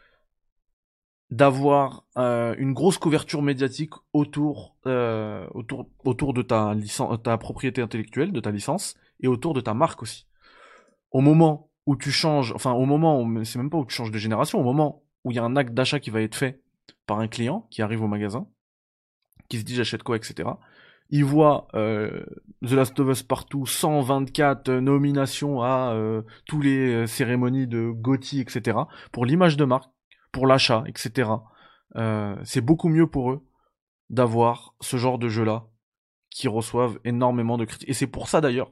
S1: d'avoir une grosse couverture médiatique autour de ta propriété intellectuelle, de ta licence, et autour de ta marque aussi. Au moment où tu changes, c'est même pas où tu changes de génération, au moment où il y a un acte d'achat qui va être fait par un client qui arrive au magasin, qui se dit j'achète quoi, etc. Il voit The Last of Us Partout, 124 nominations à tous les cérémonies de GOTY, etc. Pour l'image de marque, pour l'achat, etc. C'est beaucoup mieux pour eux d'avoir ce genre de jeu-là qui reçoivent énormément de critiques. Et c'est pour ça d'ailleurs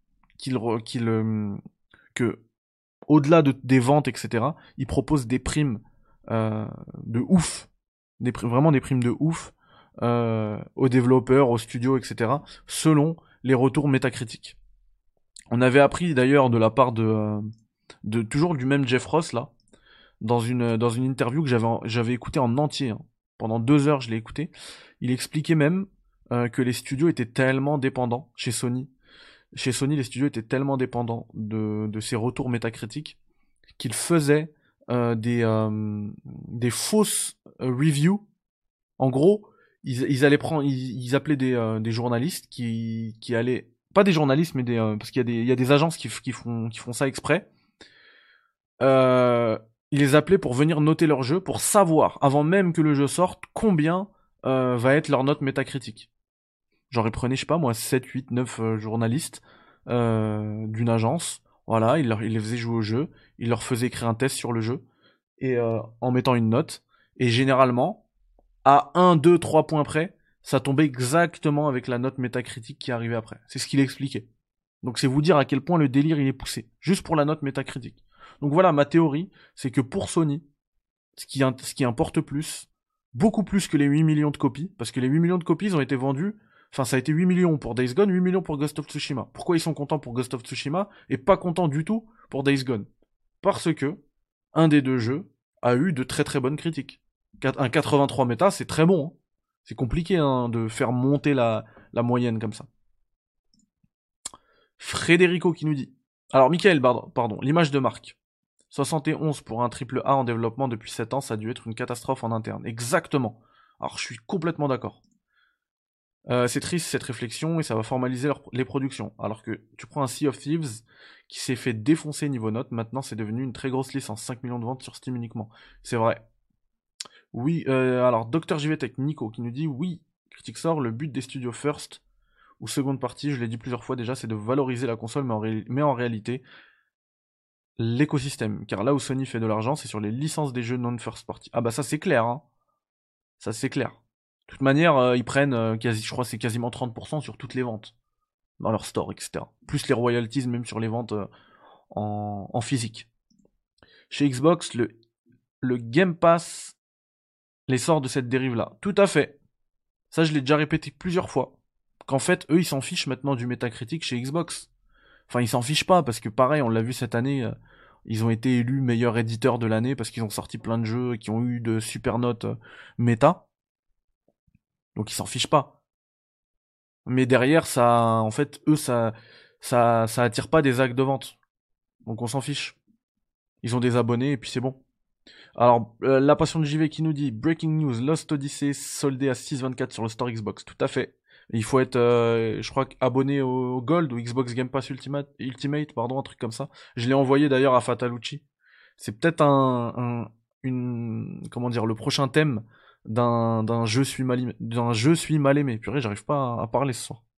S1: que au-delà des ventes, etc., ils proposent des primes de ouf, vraiment des primes de ouf aux développeurs, aux studios, etc., selon les retours métacritiques. On avait appris d'ailleurs de la part de toujours du même Jeff Ross là, dans une interview que j'avais écoutée en entier, hein. Pendant 2 heures je l'ai écouté. Il expliquait même que les studios étaient tellement dépendants chez Sony. Chez Sony, les studios étaient tellement dépendants de ces retours métacritiques qu'ils faisaient des fausses reviews. En gros, ils appelaient des journalistes qui allaient, pas des journalistes, mais parce qu'il y a des agences qui font ça exprès. Ils les appelaient pour venir noter leur jeu, pour savoir, avant même que le jeu sorte, combien va être leur note métacritique. Genre, ils prenaient, je sais pas moi, 7, 8, 9 journalistes d'une agence. Voilà, ils les faisaient jouer au jeu, ils leur faisaient écrire un test sur le jeu, et en mettant une note. Et généralement, à 1, 2, 3 points près, ça tombait exactement avec la note métacritique qui arrivait après. C'est ce qu'il expliquait. Donc c'est vous dire à quel point le délire il est poussé, juste pour la note métacritique. Donc voilà, ma théorie, c'est que pour Sony, ce qui importe plus, beaucoup plus que les 8 millions de copies, parce que les 8 millions de copies, ils ont été vendus, enfin ça a été 8 millions pour Days Gone, 8 millions pour Ghost of Tsushima. Pourquoi ils sont contents pour Ghost of Tsushima et pas contents du tout pour Days Gone? Parce que un des deux jeux a eu de très très bonnes critiques. Un 83 méta, c'est très bon, hein. C'est compliqué hein, de faire monter la moyenne comme ça. Frédérico qui nous dit... Alors, Michael, pardon, l'image de marque. 71 pour un triple A en développement depuis 7 ans, ça a dû être une catastrophe en interne. Exactement. Alors, je suis complètement d'accord. C'est triste cette réflexion et ça va formaliser les productions. Alors que tu prends un Sea of Thieves qui s'est fait défoncer niveau note, maintenant c'est devenu une très grosse licence, 5 millions de ventes sur Steam uniquement. C'est vrai. Oui, alors Dr JVTech Nico qui nous dit oui, Critique sort, le but des studios first ou seconde partie, je l'ai dit plusieurs fois déjà, c'est de valoriser la console, mais en réalité, l'écosystème. Car là où Sony fait de l'argent, c'est sur les licences des jeux non-first party. Ah bah ça c'est clair, hein. Ça c'est clair. De toute manière, ils prennent je crois c'est quasiment 30% sur toutes les ventes. Dans leur store, etc. Plus les royalties même sur les ventes en physique. Chez Xbox, le Game Pass les sort de cette dérive-là. Tout à fait. Ça, je l'ai déjà répété plusieurs fois. Qu'en fait, eux, ils s'en fichent maintenant du métacritique chez Xbox. Enfin, ils s'en fichent pas, parce que pareil, on l'a vu cette année, ils ont été élus meilleurs éditeurs de l'année, parce qu'ils ont sorti plein de jeux qui ont eu de super notes méta. Donc ils s'en fichent pas. Mais derrière, ça, en fait, eux, ça attire pas des actes de vente. Donc on s'en fiche. Ils ont des abonnés, et puis c'est bon. Alors, la passion de JV qui nous dit Breaking news, Lost Odyssey soldé à 6,24 sur le store Xbox. Tout à fait. Il faut être, je crois, abonné au Gold ou Xbox Game Pass Ultimate, pardon, un truc comme ça. Je l'ai envoyé d'ailleurs à Fatalucci. C'est peut-être comment dire, le prochain thème d'un je suis mal aimé, d'un je suis mal aimé. Purée, j'arrive pas à parler ce soir.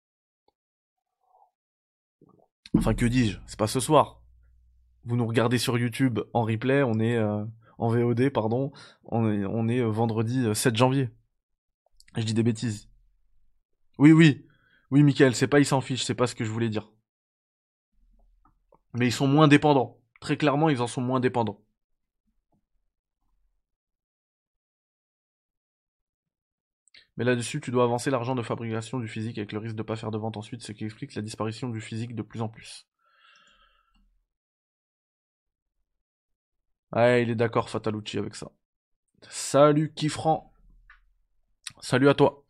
S1: Enfin, que dis-je? C'est pas ce soir. Vous nous regardez sur YouTube en replay, on est en VOD, pardon. On est vendredi 7 janvier. Je dis des bêtises. Oui, oui. Oui, Michael, c'est pas ils s'en fichent, c'est pas ce que je voulais dire. Mais ils sont moins dépendants. Très clairement, ils en sont moins dépendants. Mais là-dessus, tu dois avancer l'argent de fabrication du physique avec le risque de pas faire de vente ensuite, ce qui explique la disparition du physique de plus en plus. Ouais, il est d'accord, Fatalucci, avec ça. Salut, Kifran. Salut à toi.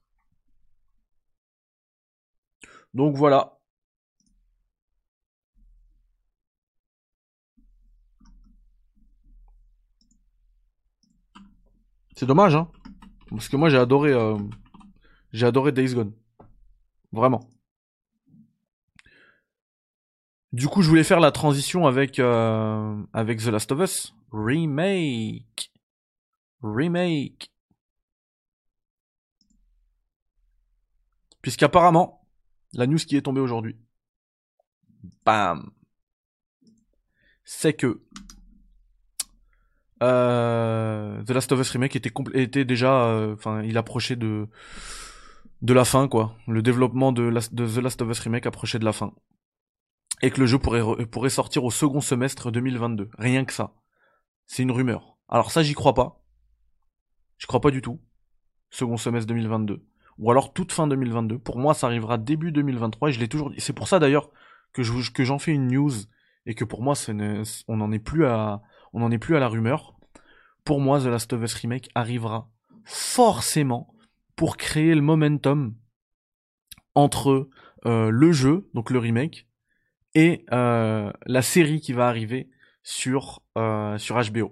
S1: Donc voilà. C'est dommage, hein. Parce que moi, j'ai adoré Days Gone. Vraiment. Du coup, je voulais faire la transition avec The Last of Us. Remake. Remake. Puisqu'apparemment, la news qui est tombée aujourd'hui, bam, c'est que The Last of Us Remake était déjà, enfin, il approchait de la fin, quoi. Le développement de The Last of Us Remake approchait de la fin. Et que le jeu pourrait sortir au second semestre 2022. Rien que ça. C'est une rumeur. Alors ça, j'y crois pas. J'y crois pas du tout. Second semestre 2022. Ou alors toute fin 2022. Pour moi, ça arrivera début 2023. Et je l'ai toujours dit. C'est pour ça d'ailleurs que j'en fais une news. Et que pour moi, on n'en est plus à la rumeur. Pour moi, The Last of Us Remake arrivera forcément pour créer le momentum entre le jeu, donc le remake, et la série qui va arriver sur HBO.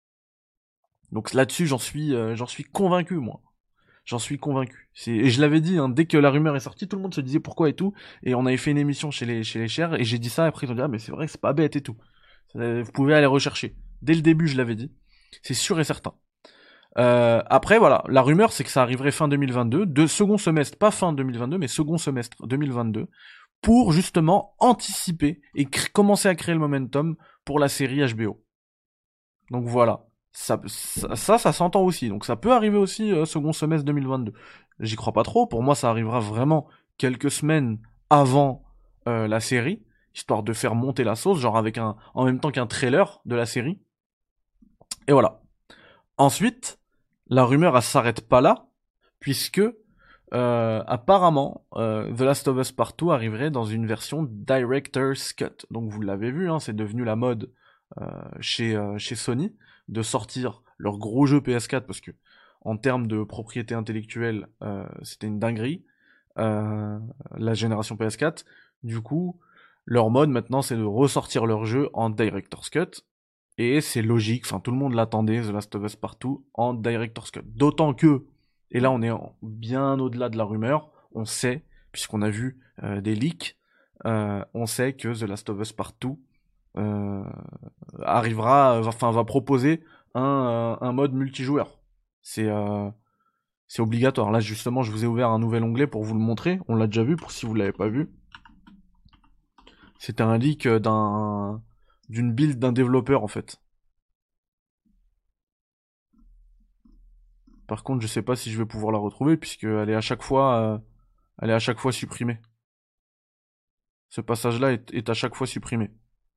S1: Donc là-dessus, j'en suis convaincu, moi. J'en suis convaincu. Et je l'avais dit, hein, dès que la rumeur est sortie, tout le monde se disait pourquoi et tout. Et on avait fait une émission chez les chers, et j'ai dit ça, et après ils ont dit, ah mais c'est vrai, c'est pas bête et tout. Vous pouvez aller rechercher. Dès le début, je l'avais dit. C'est sûr et certain. Après, voilà, la rumeur, c'est que ça arriverait fin 2022, de second semestre, pas fin 2022, mais second semestre 2022, pour justement anticiper et commencer à créer le momentum pour la série HBO. Donc voilà, ça s'entend aussi. Donc ça peut arriver aussi second semestre 2022. J'y crois pas trop. Pour moi, ça arrivera vraiment quelques semaines avant la série, histoire de faire monter la sauce, genre en même temps qu'un trailer de la série. Et voilà. Ensuite, la rumeur, elle s'arrête pas là, puisque apparemment, The Last of Us Part 2 arriverait dans une version Director's Cut. Donc vous l'avez vu, hein, c'est devenu la mode chez Sony de sortir leur gros jeu PS4 parce que en termes de propriété intellectuelle, c'était une dinguerie. La génération PS4. Du coup, leur mode maintenant, c'est de ressortir leur jeu en Director's Cut. Et c'est logique, enfin tout le monde l'attendait, The Last of Us Part 2 en Director's Cut. D'autant que, et là on est bien au-delà de la rumeur, on sait, puisqu'on a vu des leaks, on sait que The Last of Us Part 2 va proposer un mode multijoueur. C'est obligatoire. Là justement, je vous ai ouvert un nouvel onglet pour vous le montrer. On l'a déjà vu, pour si vous l'avez pas vu. C'était un leak d'une build d'un développeur en fait. Par contre, je sais pas si je vais pouvoir la retrouver puisqu'elle est à chaque fois, supprimée. Ce passage-là est à chaque fois supprimé.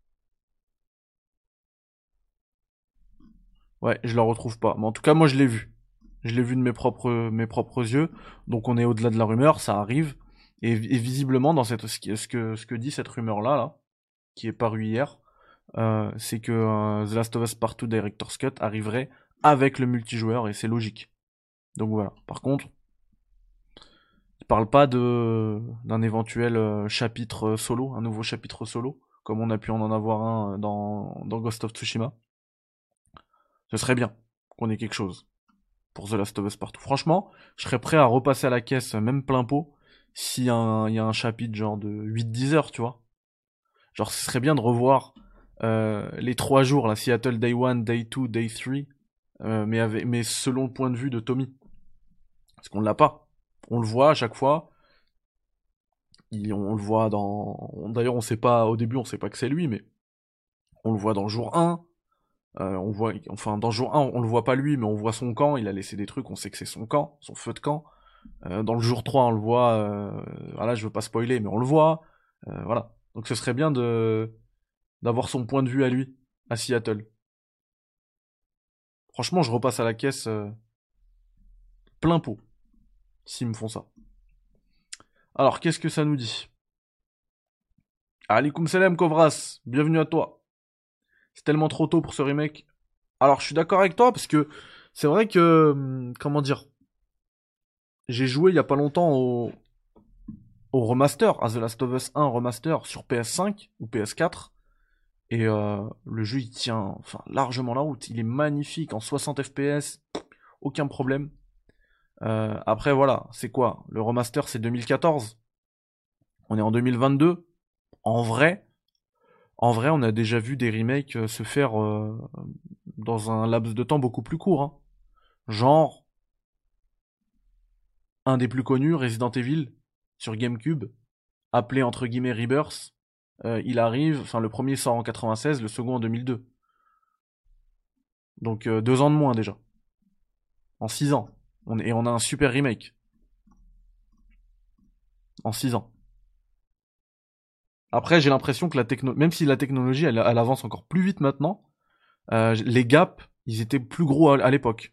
S1: Ouais, je la retrouve pas. Mais en tout cas, moi, je l'ai vu. Je l'ai vu de mes propres yeux. Donc, on est au-delà de la rumeur, ça arrive. Et visiblement, dans ce que dit cette rumeur-là, là, qui est parue hier, c'est que The Last of Us Part 2 Director's Cut arriverait avec le multijoueur et c'est logique. Donc voilà. Par contre, il parle pas d'un éventuel chapitre solo, un nouveau chapitre solo, comme on a pu en avoir un dans Ghost of Tsushima. Ce serait bien qu'on ait quelque chose pour The Last of Us Part 2. Franchement, je serais prêt à repasser à la caisse, même plein pot, s'il y a un chapitre genre de 8-10 heures, tu vois. Genre, ce serait bien de revoir les 3 jours, là, Seattle Day 1, Day 2, Day 3, mais selon le point de vue de Tommy. Parce qu'on l'a pas. On le voit à chaque fois. On le voit dans... D'ailleurs, on sait pas, au début, on sait pas que c'est lui, mais on le voit dans le jour 1. On voit, enfin, dans le jour 1, on le voit pas lui, mais on voit son camp. Il a laissé des trucs, on sait que c'est son camp, son feu de camp. Dans le jour 3, on le voit. Voilà, je veux pas spoiler, mais on le voit. Voilà. Donc ce serait bien d'avoir son point de vue à lui, à Seattle. Franchement, je repasse à la caisse plein pot, s'ils me font ça. Alors, qu'est-ce que ça nous dit? Alaikum salam Kovras, bienvenue à toi. C'est tellement trop tôt pour ce remake. Alors, je suis d'accord avec toi, parce que c'est vrai que... comment dire? J'ai joué il y a pas longtemps au remaster, à The Last of Us 1 remaster sur PS5 ou PS4. Et le jeu, il tient enfin, largement la route. Il est magnifique en 60 FPS, aucun problème. Après, voilà, c'est quoi? Le remaster, c'est 2014. On est en 2022. En vrai, on a déjà vu des remakes se faire dans un laps de temps beaucoup plus court. Hein. Genre, un des plus connus, Resident Evil, sur GameCube, appelé entre guillemets Rebirth. Il arrive, enfin le premier sort en 96, le second en 2002. Donc 2 ans de moins déjà. En 6 ans. Et on a un super remake. En 6 ans. Après, j'ai l'impression que même si la technologie, elle avance encore plus vite maintenant, les gaps, ils étaient plus gros à l'époque.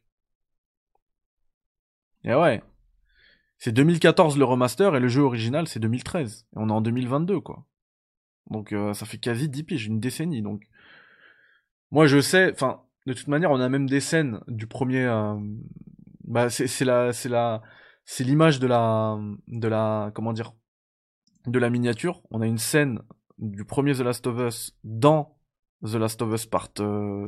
S1: Et ouais. C'est 2014 le remaster et le jeu original, c'est 2013. Et on est en 2022, quoi. Donc ça fait quasi 10 piges, une décennie. Donc moi, je sais, enfin, de toute manière, on a même des scènes du premier... bah, c'est l'image de la, comment dire, de la miniature. On a une scène du premier The Last of Us dans The Last of Us Part 2.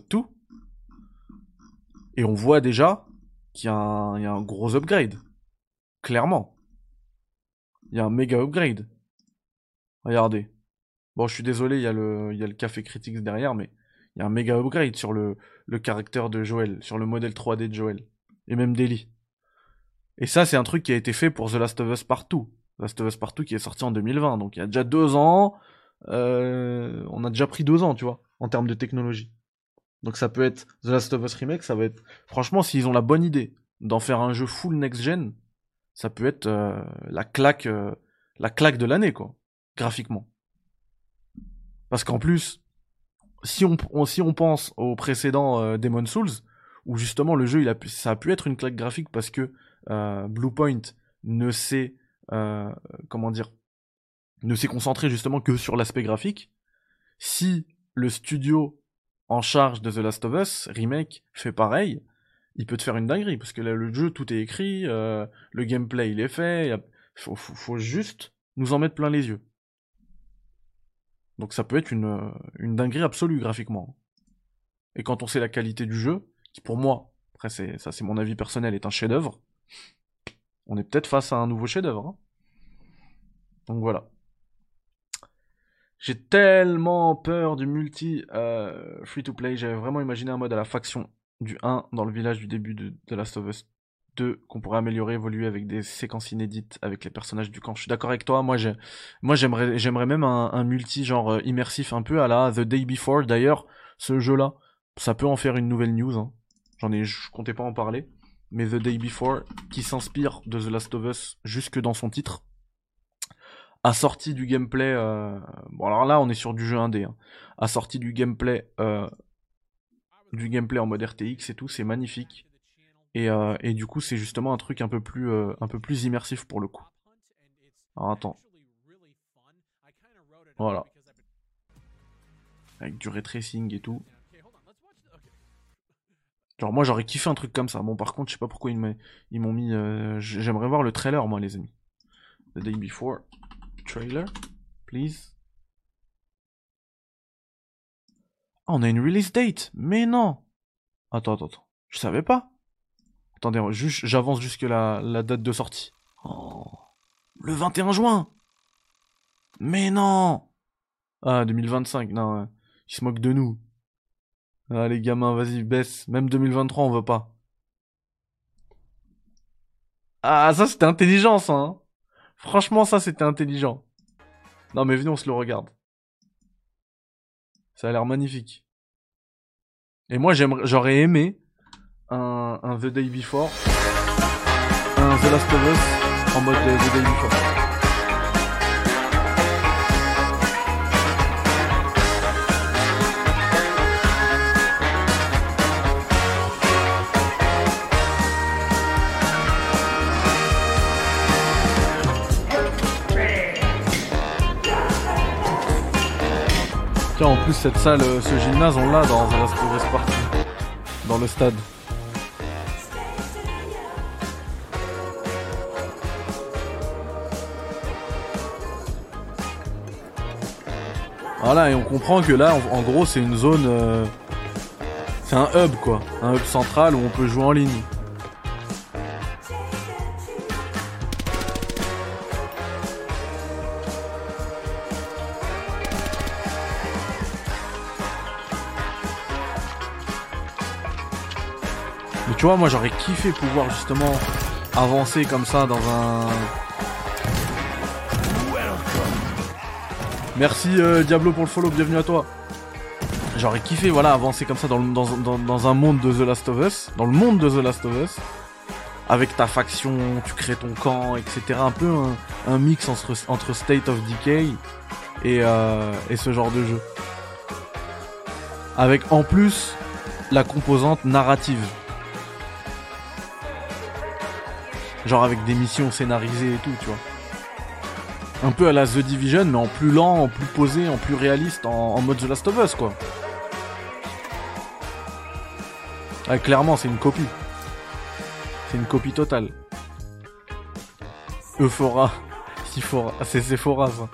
S1: Et on voit déjà qu'il y a un gros upgrade. Clairement. Il y a un méga upgrade. Regardez. Bon, je suis désolé, il y a le café critique derrière, mais il y a un méga upgrade sur le caractère de Joel, sur le modèle 3D de Joel. Et même d'Ellie. Et ça, c'est un truc qui a été fait pour The Last of Us Part 2. The Last of Us Part 2 qui est sorti en 2020. Donc il y a déjà 2 ans. On a déjà pris 2 ans, tu vois, en termes de technologie. Donc ça peut être The Last of Us Remake, ça va être... Franchement, s'ils ont la bonne idée d'en faire un jeu full next-gen, ça peut être la claque de l'année, quoi, graphiquement. Parce qu'en plus, si on pense au précédent Demon's Souls, où justement le jeu, ça a pu être une claque graphique parce que Bluepoint ne s'est, comment dire, ne s'est concentré justement que sur l'aspect graphique. Si le studio en charge de The Last of Us Remake fait pareil, il peut te faire une dinguerie, parce que là, le jeu, tout est écrit, le gameplay, il est fait, faut juste nous en mettre plein les yeux. Donc ça peut être une dinguerie absolue graphiquement. Et quand on sait la qualité du jeu, qui pour moi, après c'est mon avis personnel, est un chef-d'œuvre, on est peut-être face à un nouveau chef-d'œuvre. Hein. Donc voilà. J'ai tellement peur du multi free-to-play, j'avais vraiment imaginé un mode à la faction du 1 dans le village du début de Last of Us 2 qu'on pourrait améliorer, évoluer avec des séquences inédites avec les personnages du camp. Je suis d'accord avec toi, moi j'aimerais même un multi genre immersif un peu à la The Day Before. D'ailleurs, ce jeu-là, ça peut en faire une nouvelle news. Hein. Je comptais pas en parler, mais The Day Before qui s'inspire de The Last of Us jusque dans son titre. A sorti du gameplay, bon alors là on est sur du jeu indé, hein. A sorti du gameplay en mode RTX et tout, c'est magnifique. Et du coup c'est justement un truc un peu plus immersif pour le coup. Alors attends. Voilà. Avec du ray tracing et tout. Genre moi j'aurais kiffé un truc comme ça. Bon par contre je sais pas pourquoi ils m'ont mis... J'aimerais voir le trailer moi les amis. The Day Before. Trailer, please. Ah, on a une release date. Mais non. Attends. Je savais pas. Attendez, j'avance jusque la date de sortie. Oh. Le 21 juin. Mais non. Ah, 2025. Non, ils se moquent de nous. Ah, les gamins, vas-y, baisse. Même 2023, on veut pas. Ah, ça, c'était intelligent, ça, hein. Franchement, ça, c'était intelligent. Non, mais venez, on se le regarde. Ça a l'air magnifique. Et moi, j'aurais aimé un The Day Before, un The Last of Us en mode The Day Before. Tiens, en plus, cette salle, ce gymnase, on l'a dans The Last of Us Party. Dans le stade. Voilà, et on comprend que là, en gros, c'est une zone... c'est un hub, quoi. Un hub central où on peut jouer en ligne. Mais tu vois, moi, j'aurais kiffé pouvoir, justement, avancer comme ça dans un... Merci Diablo pour le follow, bienvenue à toi. J'aurais kiffé, voilà, avancer comme ça dans un monde de The Last of Us. Dans le monde de The Last of Us. Avec ta faction, tu crées ton camp, etc. Un peu un mix entre State of Decay et ce genre de jeu. Avec en plus la composante narrative. Genre avec des missions scénarisées et tout, tu vois. Un peu à la The Division, mais en plus lent, en plus posé, en plus réaliste, en mode The Last of Us, quoi. Ah, clairement, c'est une copie. C'est une copie totale. Euphora. Sephora. C'est Sephora, ça.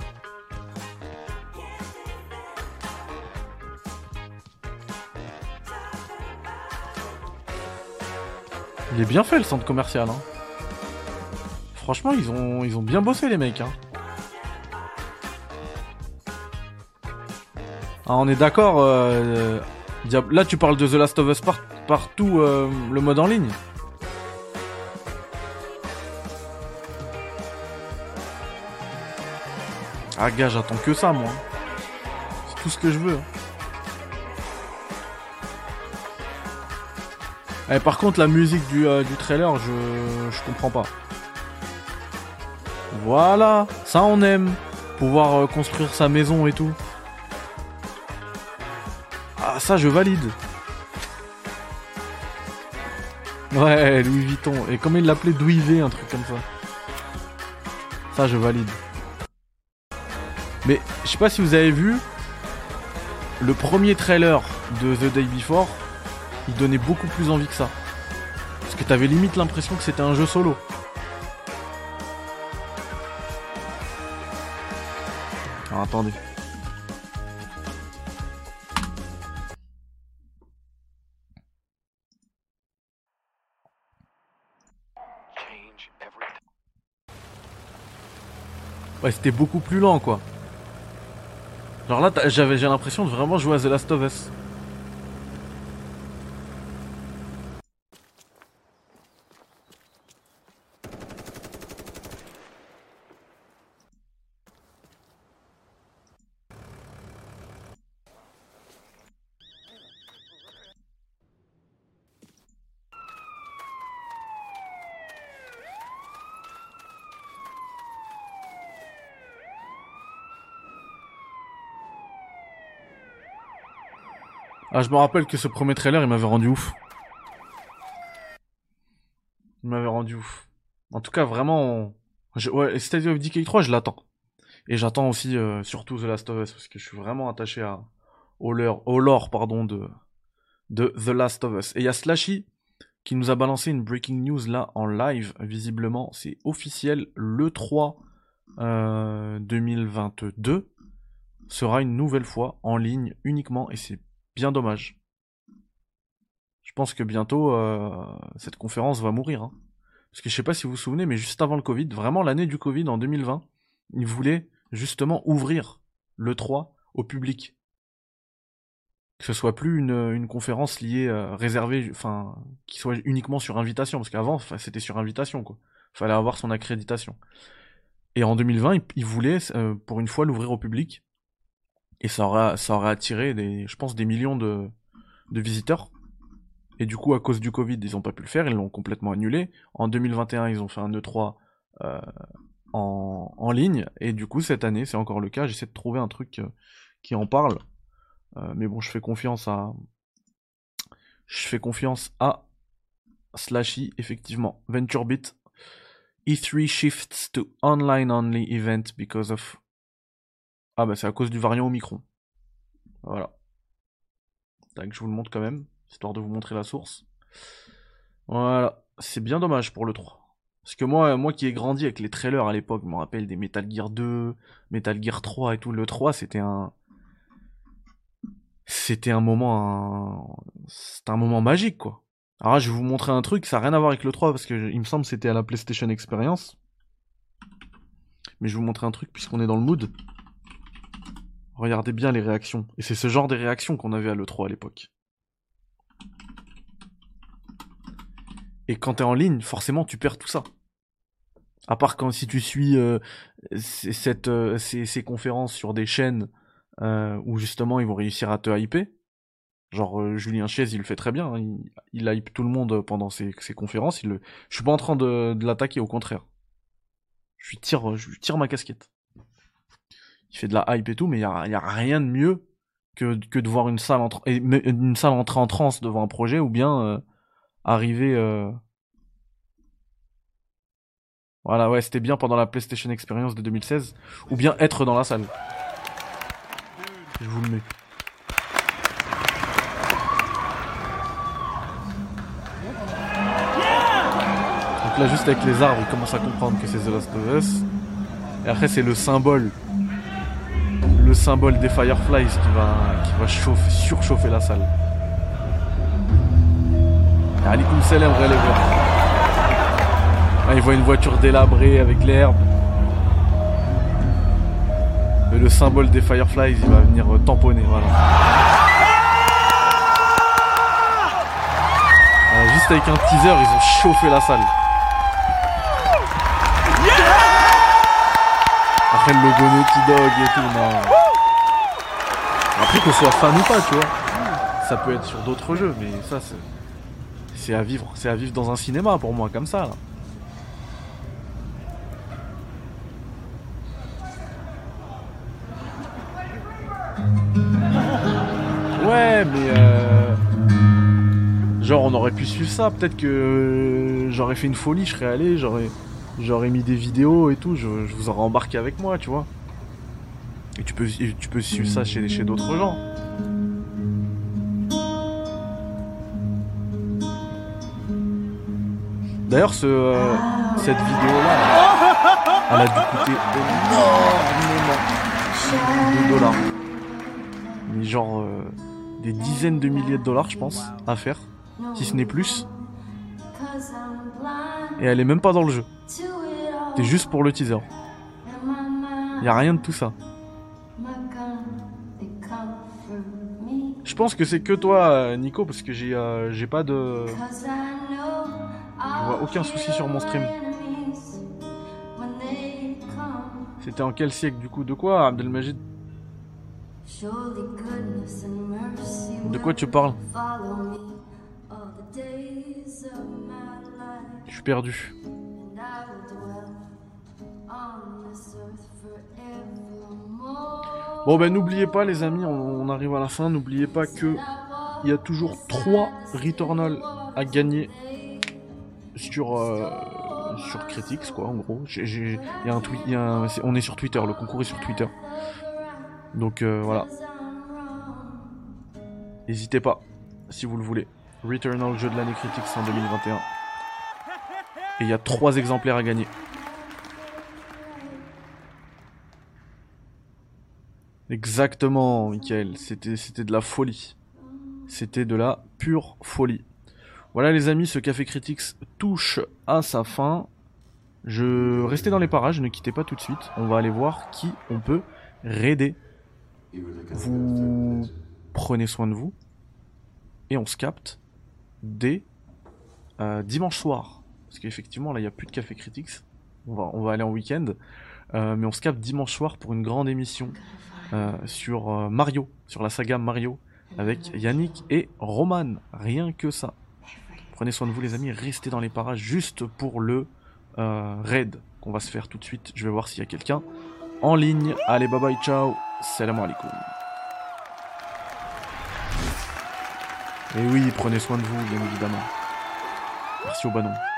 S1: Il est bien fait, le centre commercial, hein. Franchement, ils ont bien bossé, les mecs, hein. Ah, on est d'accord, là tu parles de The Last of Us partout, le mode en ligne. Ah gars, j'attends que ça, moi. C'est tout ce que je veux. Eh, par contre, la musique du trailer, je comprends pas. Voilà, ça on aime. Pouvoir construire sa maison et tout. Ah, ça je valide. Ouais, Louis Vuitton. Et comment il l'appelait, Louis V, un truc comme ça. Ça je valide. Mais je sais pas si vous avez vu le premier trailer de The Day Before, il donnait beaucoup plus envie que ça. Parce que t'avais limite l'impression que c'était un jeu solo. Alors attendez. Ouais, c'était beaucoup plus lent, quoi. Genre là, j'ai l'impression de vraiment jouer à The Last of Us. Ah, je me rappelle que ce premier trailer, il m'avait rendu ouf. Il m'avait rendu ouf. En tout cas, vraiment... Ouais, State of Decay 3, je l'attends. Et j'attends aussi, surtout The Last of Us, parce que je suis vraiment attaché au lore pardon, de The Last of Us. Et il y a Slashy qui nous a balancé une breaking news là en live, visiblement. C'est officiel, le 3 2022 sera une nouvelle fois en ligne uniquement, et c'est bien dommage. Je pense que bientôt, cette conférence va mourir. Hein. Parce que je sais pas si vous vous souvenez, mais juste avant le Covid, vraiment l'année du Covid en 2020, ils voulaient justement ouvrir le 3 au public. Que ce soit plus une conférence liée, réservée, enfin, qui soit uniquement sur invitation, parce qu'avant, c'était sur invitation, quoi. Fallait avoir son accréditation. Et en 2020, ils voulaient, pour une fois, l'ouvrir au public, et ça aurait attiré je pense, des millions de visiteurs. Et du coup, à cause du Covid, ils ont pas pu le faire, ils l'ont complètement annulé. En 2021, ils ont fait un E3 en ligne, et du coup, cette année, c'est encore le cas. J'essaie de trouver un truc qui en parle. Mais bon, je fais confiance à Slashy, effectivement. VentureBeat. E3 shifts to online-only event because of... Ah bah c'est à cause du variant Omicron. Voilà. Tac, je vous le montre quand même, histoire de vous montrer la source. Voilà. C'est bien dommage pour le 3. Parce que moi qui ai grandi avec les trailers à l'époque, je me rappelle des Metal Gear 2, Metal Gear 3 et tout. Le 3, c'était un moment magique, quoi. Alors là, je vais vous montrer un truc, ça n'a rien à voir avec le 3, parce que il me semble que c'était à la PlayStation Experience. Mais je vais vous montrer un truc, puisqu'on est dans le mood. Regardez bien les réactions. Et c'est ce genre de réactions qu'on avait à l'E3 à l'époque. Et quand t'es en ligne, forcément, tu perds tout ça. À part si tu suis ces conférences sur des chaînes où justement ils vont réussir à te hyper. Genre Julien Chiez, il le fait très bien, hein. Il hype tout le monde pendant ses conférences. Je suis pas en train de l'attaquer, au contraire. Je tire ma casquette. Il fait de la hype et tout, mais il y a rien de mieux que de voir une salle entrer en transe devant un projet, ou bien arriver... Voilà, ouais, c'était bien pendant la PlayStation Experience de 2016, ou bien être dans la salle. Je vous le mets. Donc là, juste avec les arbres, il commence à comprendre que c'est The Last of Us. Et après, c'est le symbole des Fireflies qui va surchauffer la salle. Et Alikoum Salam, les voir. Ah, il voit une voiture délabrée avec l'herbe. Et le symbole des Fireflies, il va venir tamponner, voilà. Alors, juste avec un teaser, ils ont chauffé la salle. Après le logo Naughty Dog et tout, non. Après qu'on soit fan ou pas, tu vois. Ça peut être sur d'autres jeux, mais ça c'est à vivre. C'est à vivre dans un cinéma pour moi, comme ça, là. Ouais, mais genre on aurait pu suivre ça. Peut-être que j'aurais fait une folie, je serais allé, j'aurais mis des vidéos et tout, je vous aurais embarqué avec moi, tu vois. Et tu peux suivre ça chez d'autres gens. D'ailleurs, cette vidéo-là, elle a dû coûter énormément de dollars. Mais genre des dizaines de milliers de dollars, je pense, à faire, si ce n'est plus. Et elle est même pas dans le jeu. C'est juste pour le teaser. Y a rien de tout ça. Je pense que c'est que toi, Nico, parce que j'ai pas de... Je vois aucun souci sur mon stream. C'était en quel siècle, du coup? De quoi, Abdelmajid? De quoi tu parles? Je suis perdu. Bon ben n'oubliez pas les amis, on arrive à la fin, n'oubliez pas que il y a toujours 3 Returnal à gagner sur Critics, quoi, en gros. On est sur Twitter, le concours est sur Twitter. Donc voilà. N'hésitez pas, si vous le voulez. Returnal, jeu de l'année Critics en 2021. Et il y a 3 exemplaires à gagner. Exactement, Michael. C'était de la folie. C'était de la pure folie. Voilà les amis, ce Café Critics touche à sa fin. Restez dans les parages, ne quittez pas tout de suite. On va aller voir qui on peut raider. prenez soin de vous, et on se capte dès dimanche soir. Parce qu'effectivement, là, il n'y a plus de Café Critics. On va aller en week-end. Mais on se capte dimanche soir pour une grande émission sur Mario, sur la saga Mario, avec Yannick et Roman. Rien que ça. Prenez soin de vous, les amis. Restez dans les parages juste pour le raid qu'on va se faire tout de suite. Je vais voir s'il y a quelqu'un en ligne. Allez, bye bye, ciao. Salam alaikum. Et oui, prenez soin de vous, bien évidemment. Merci au banon.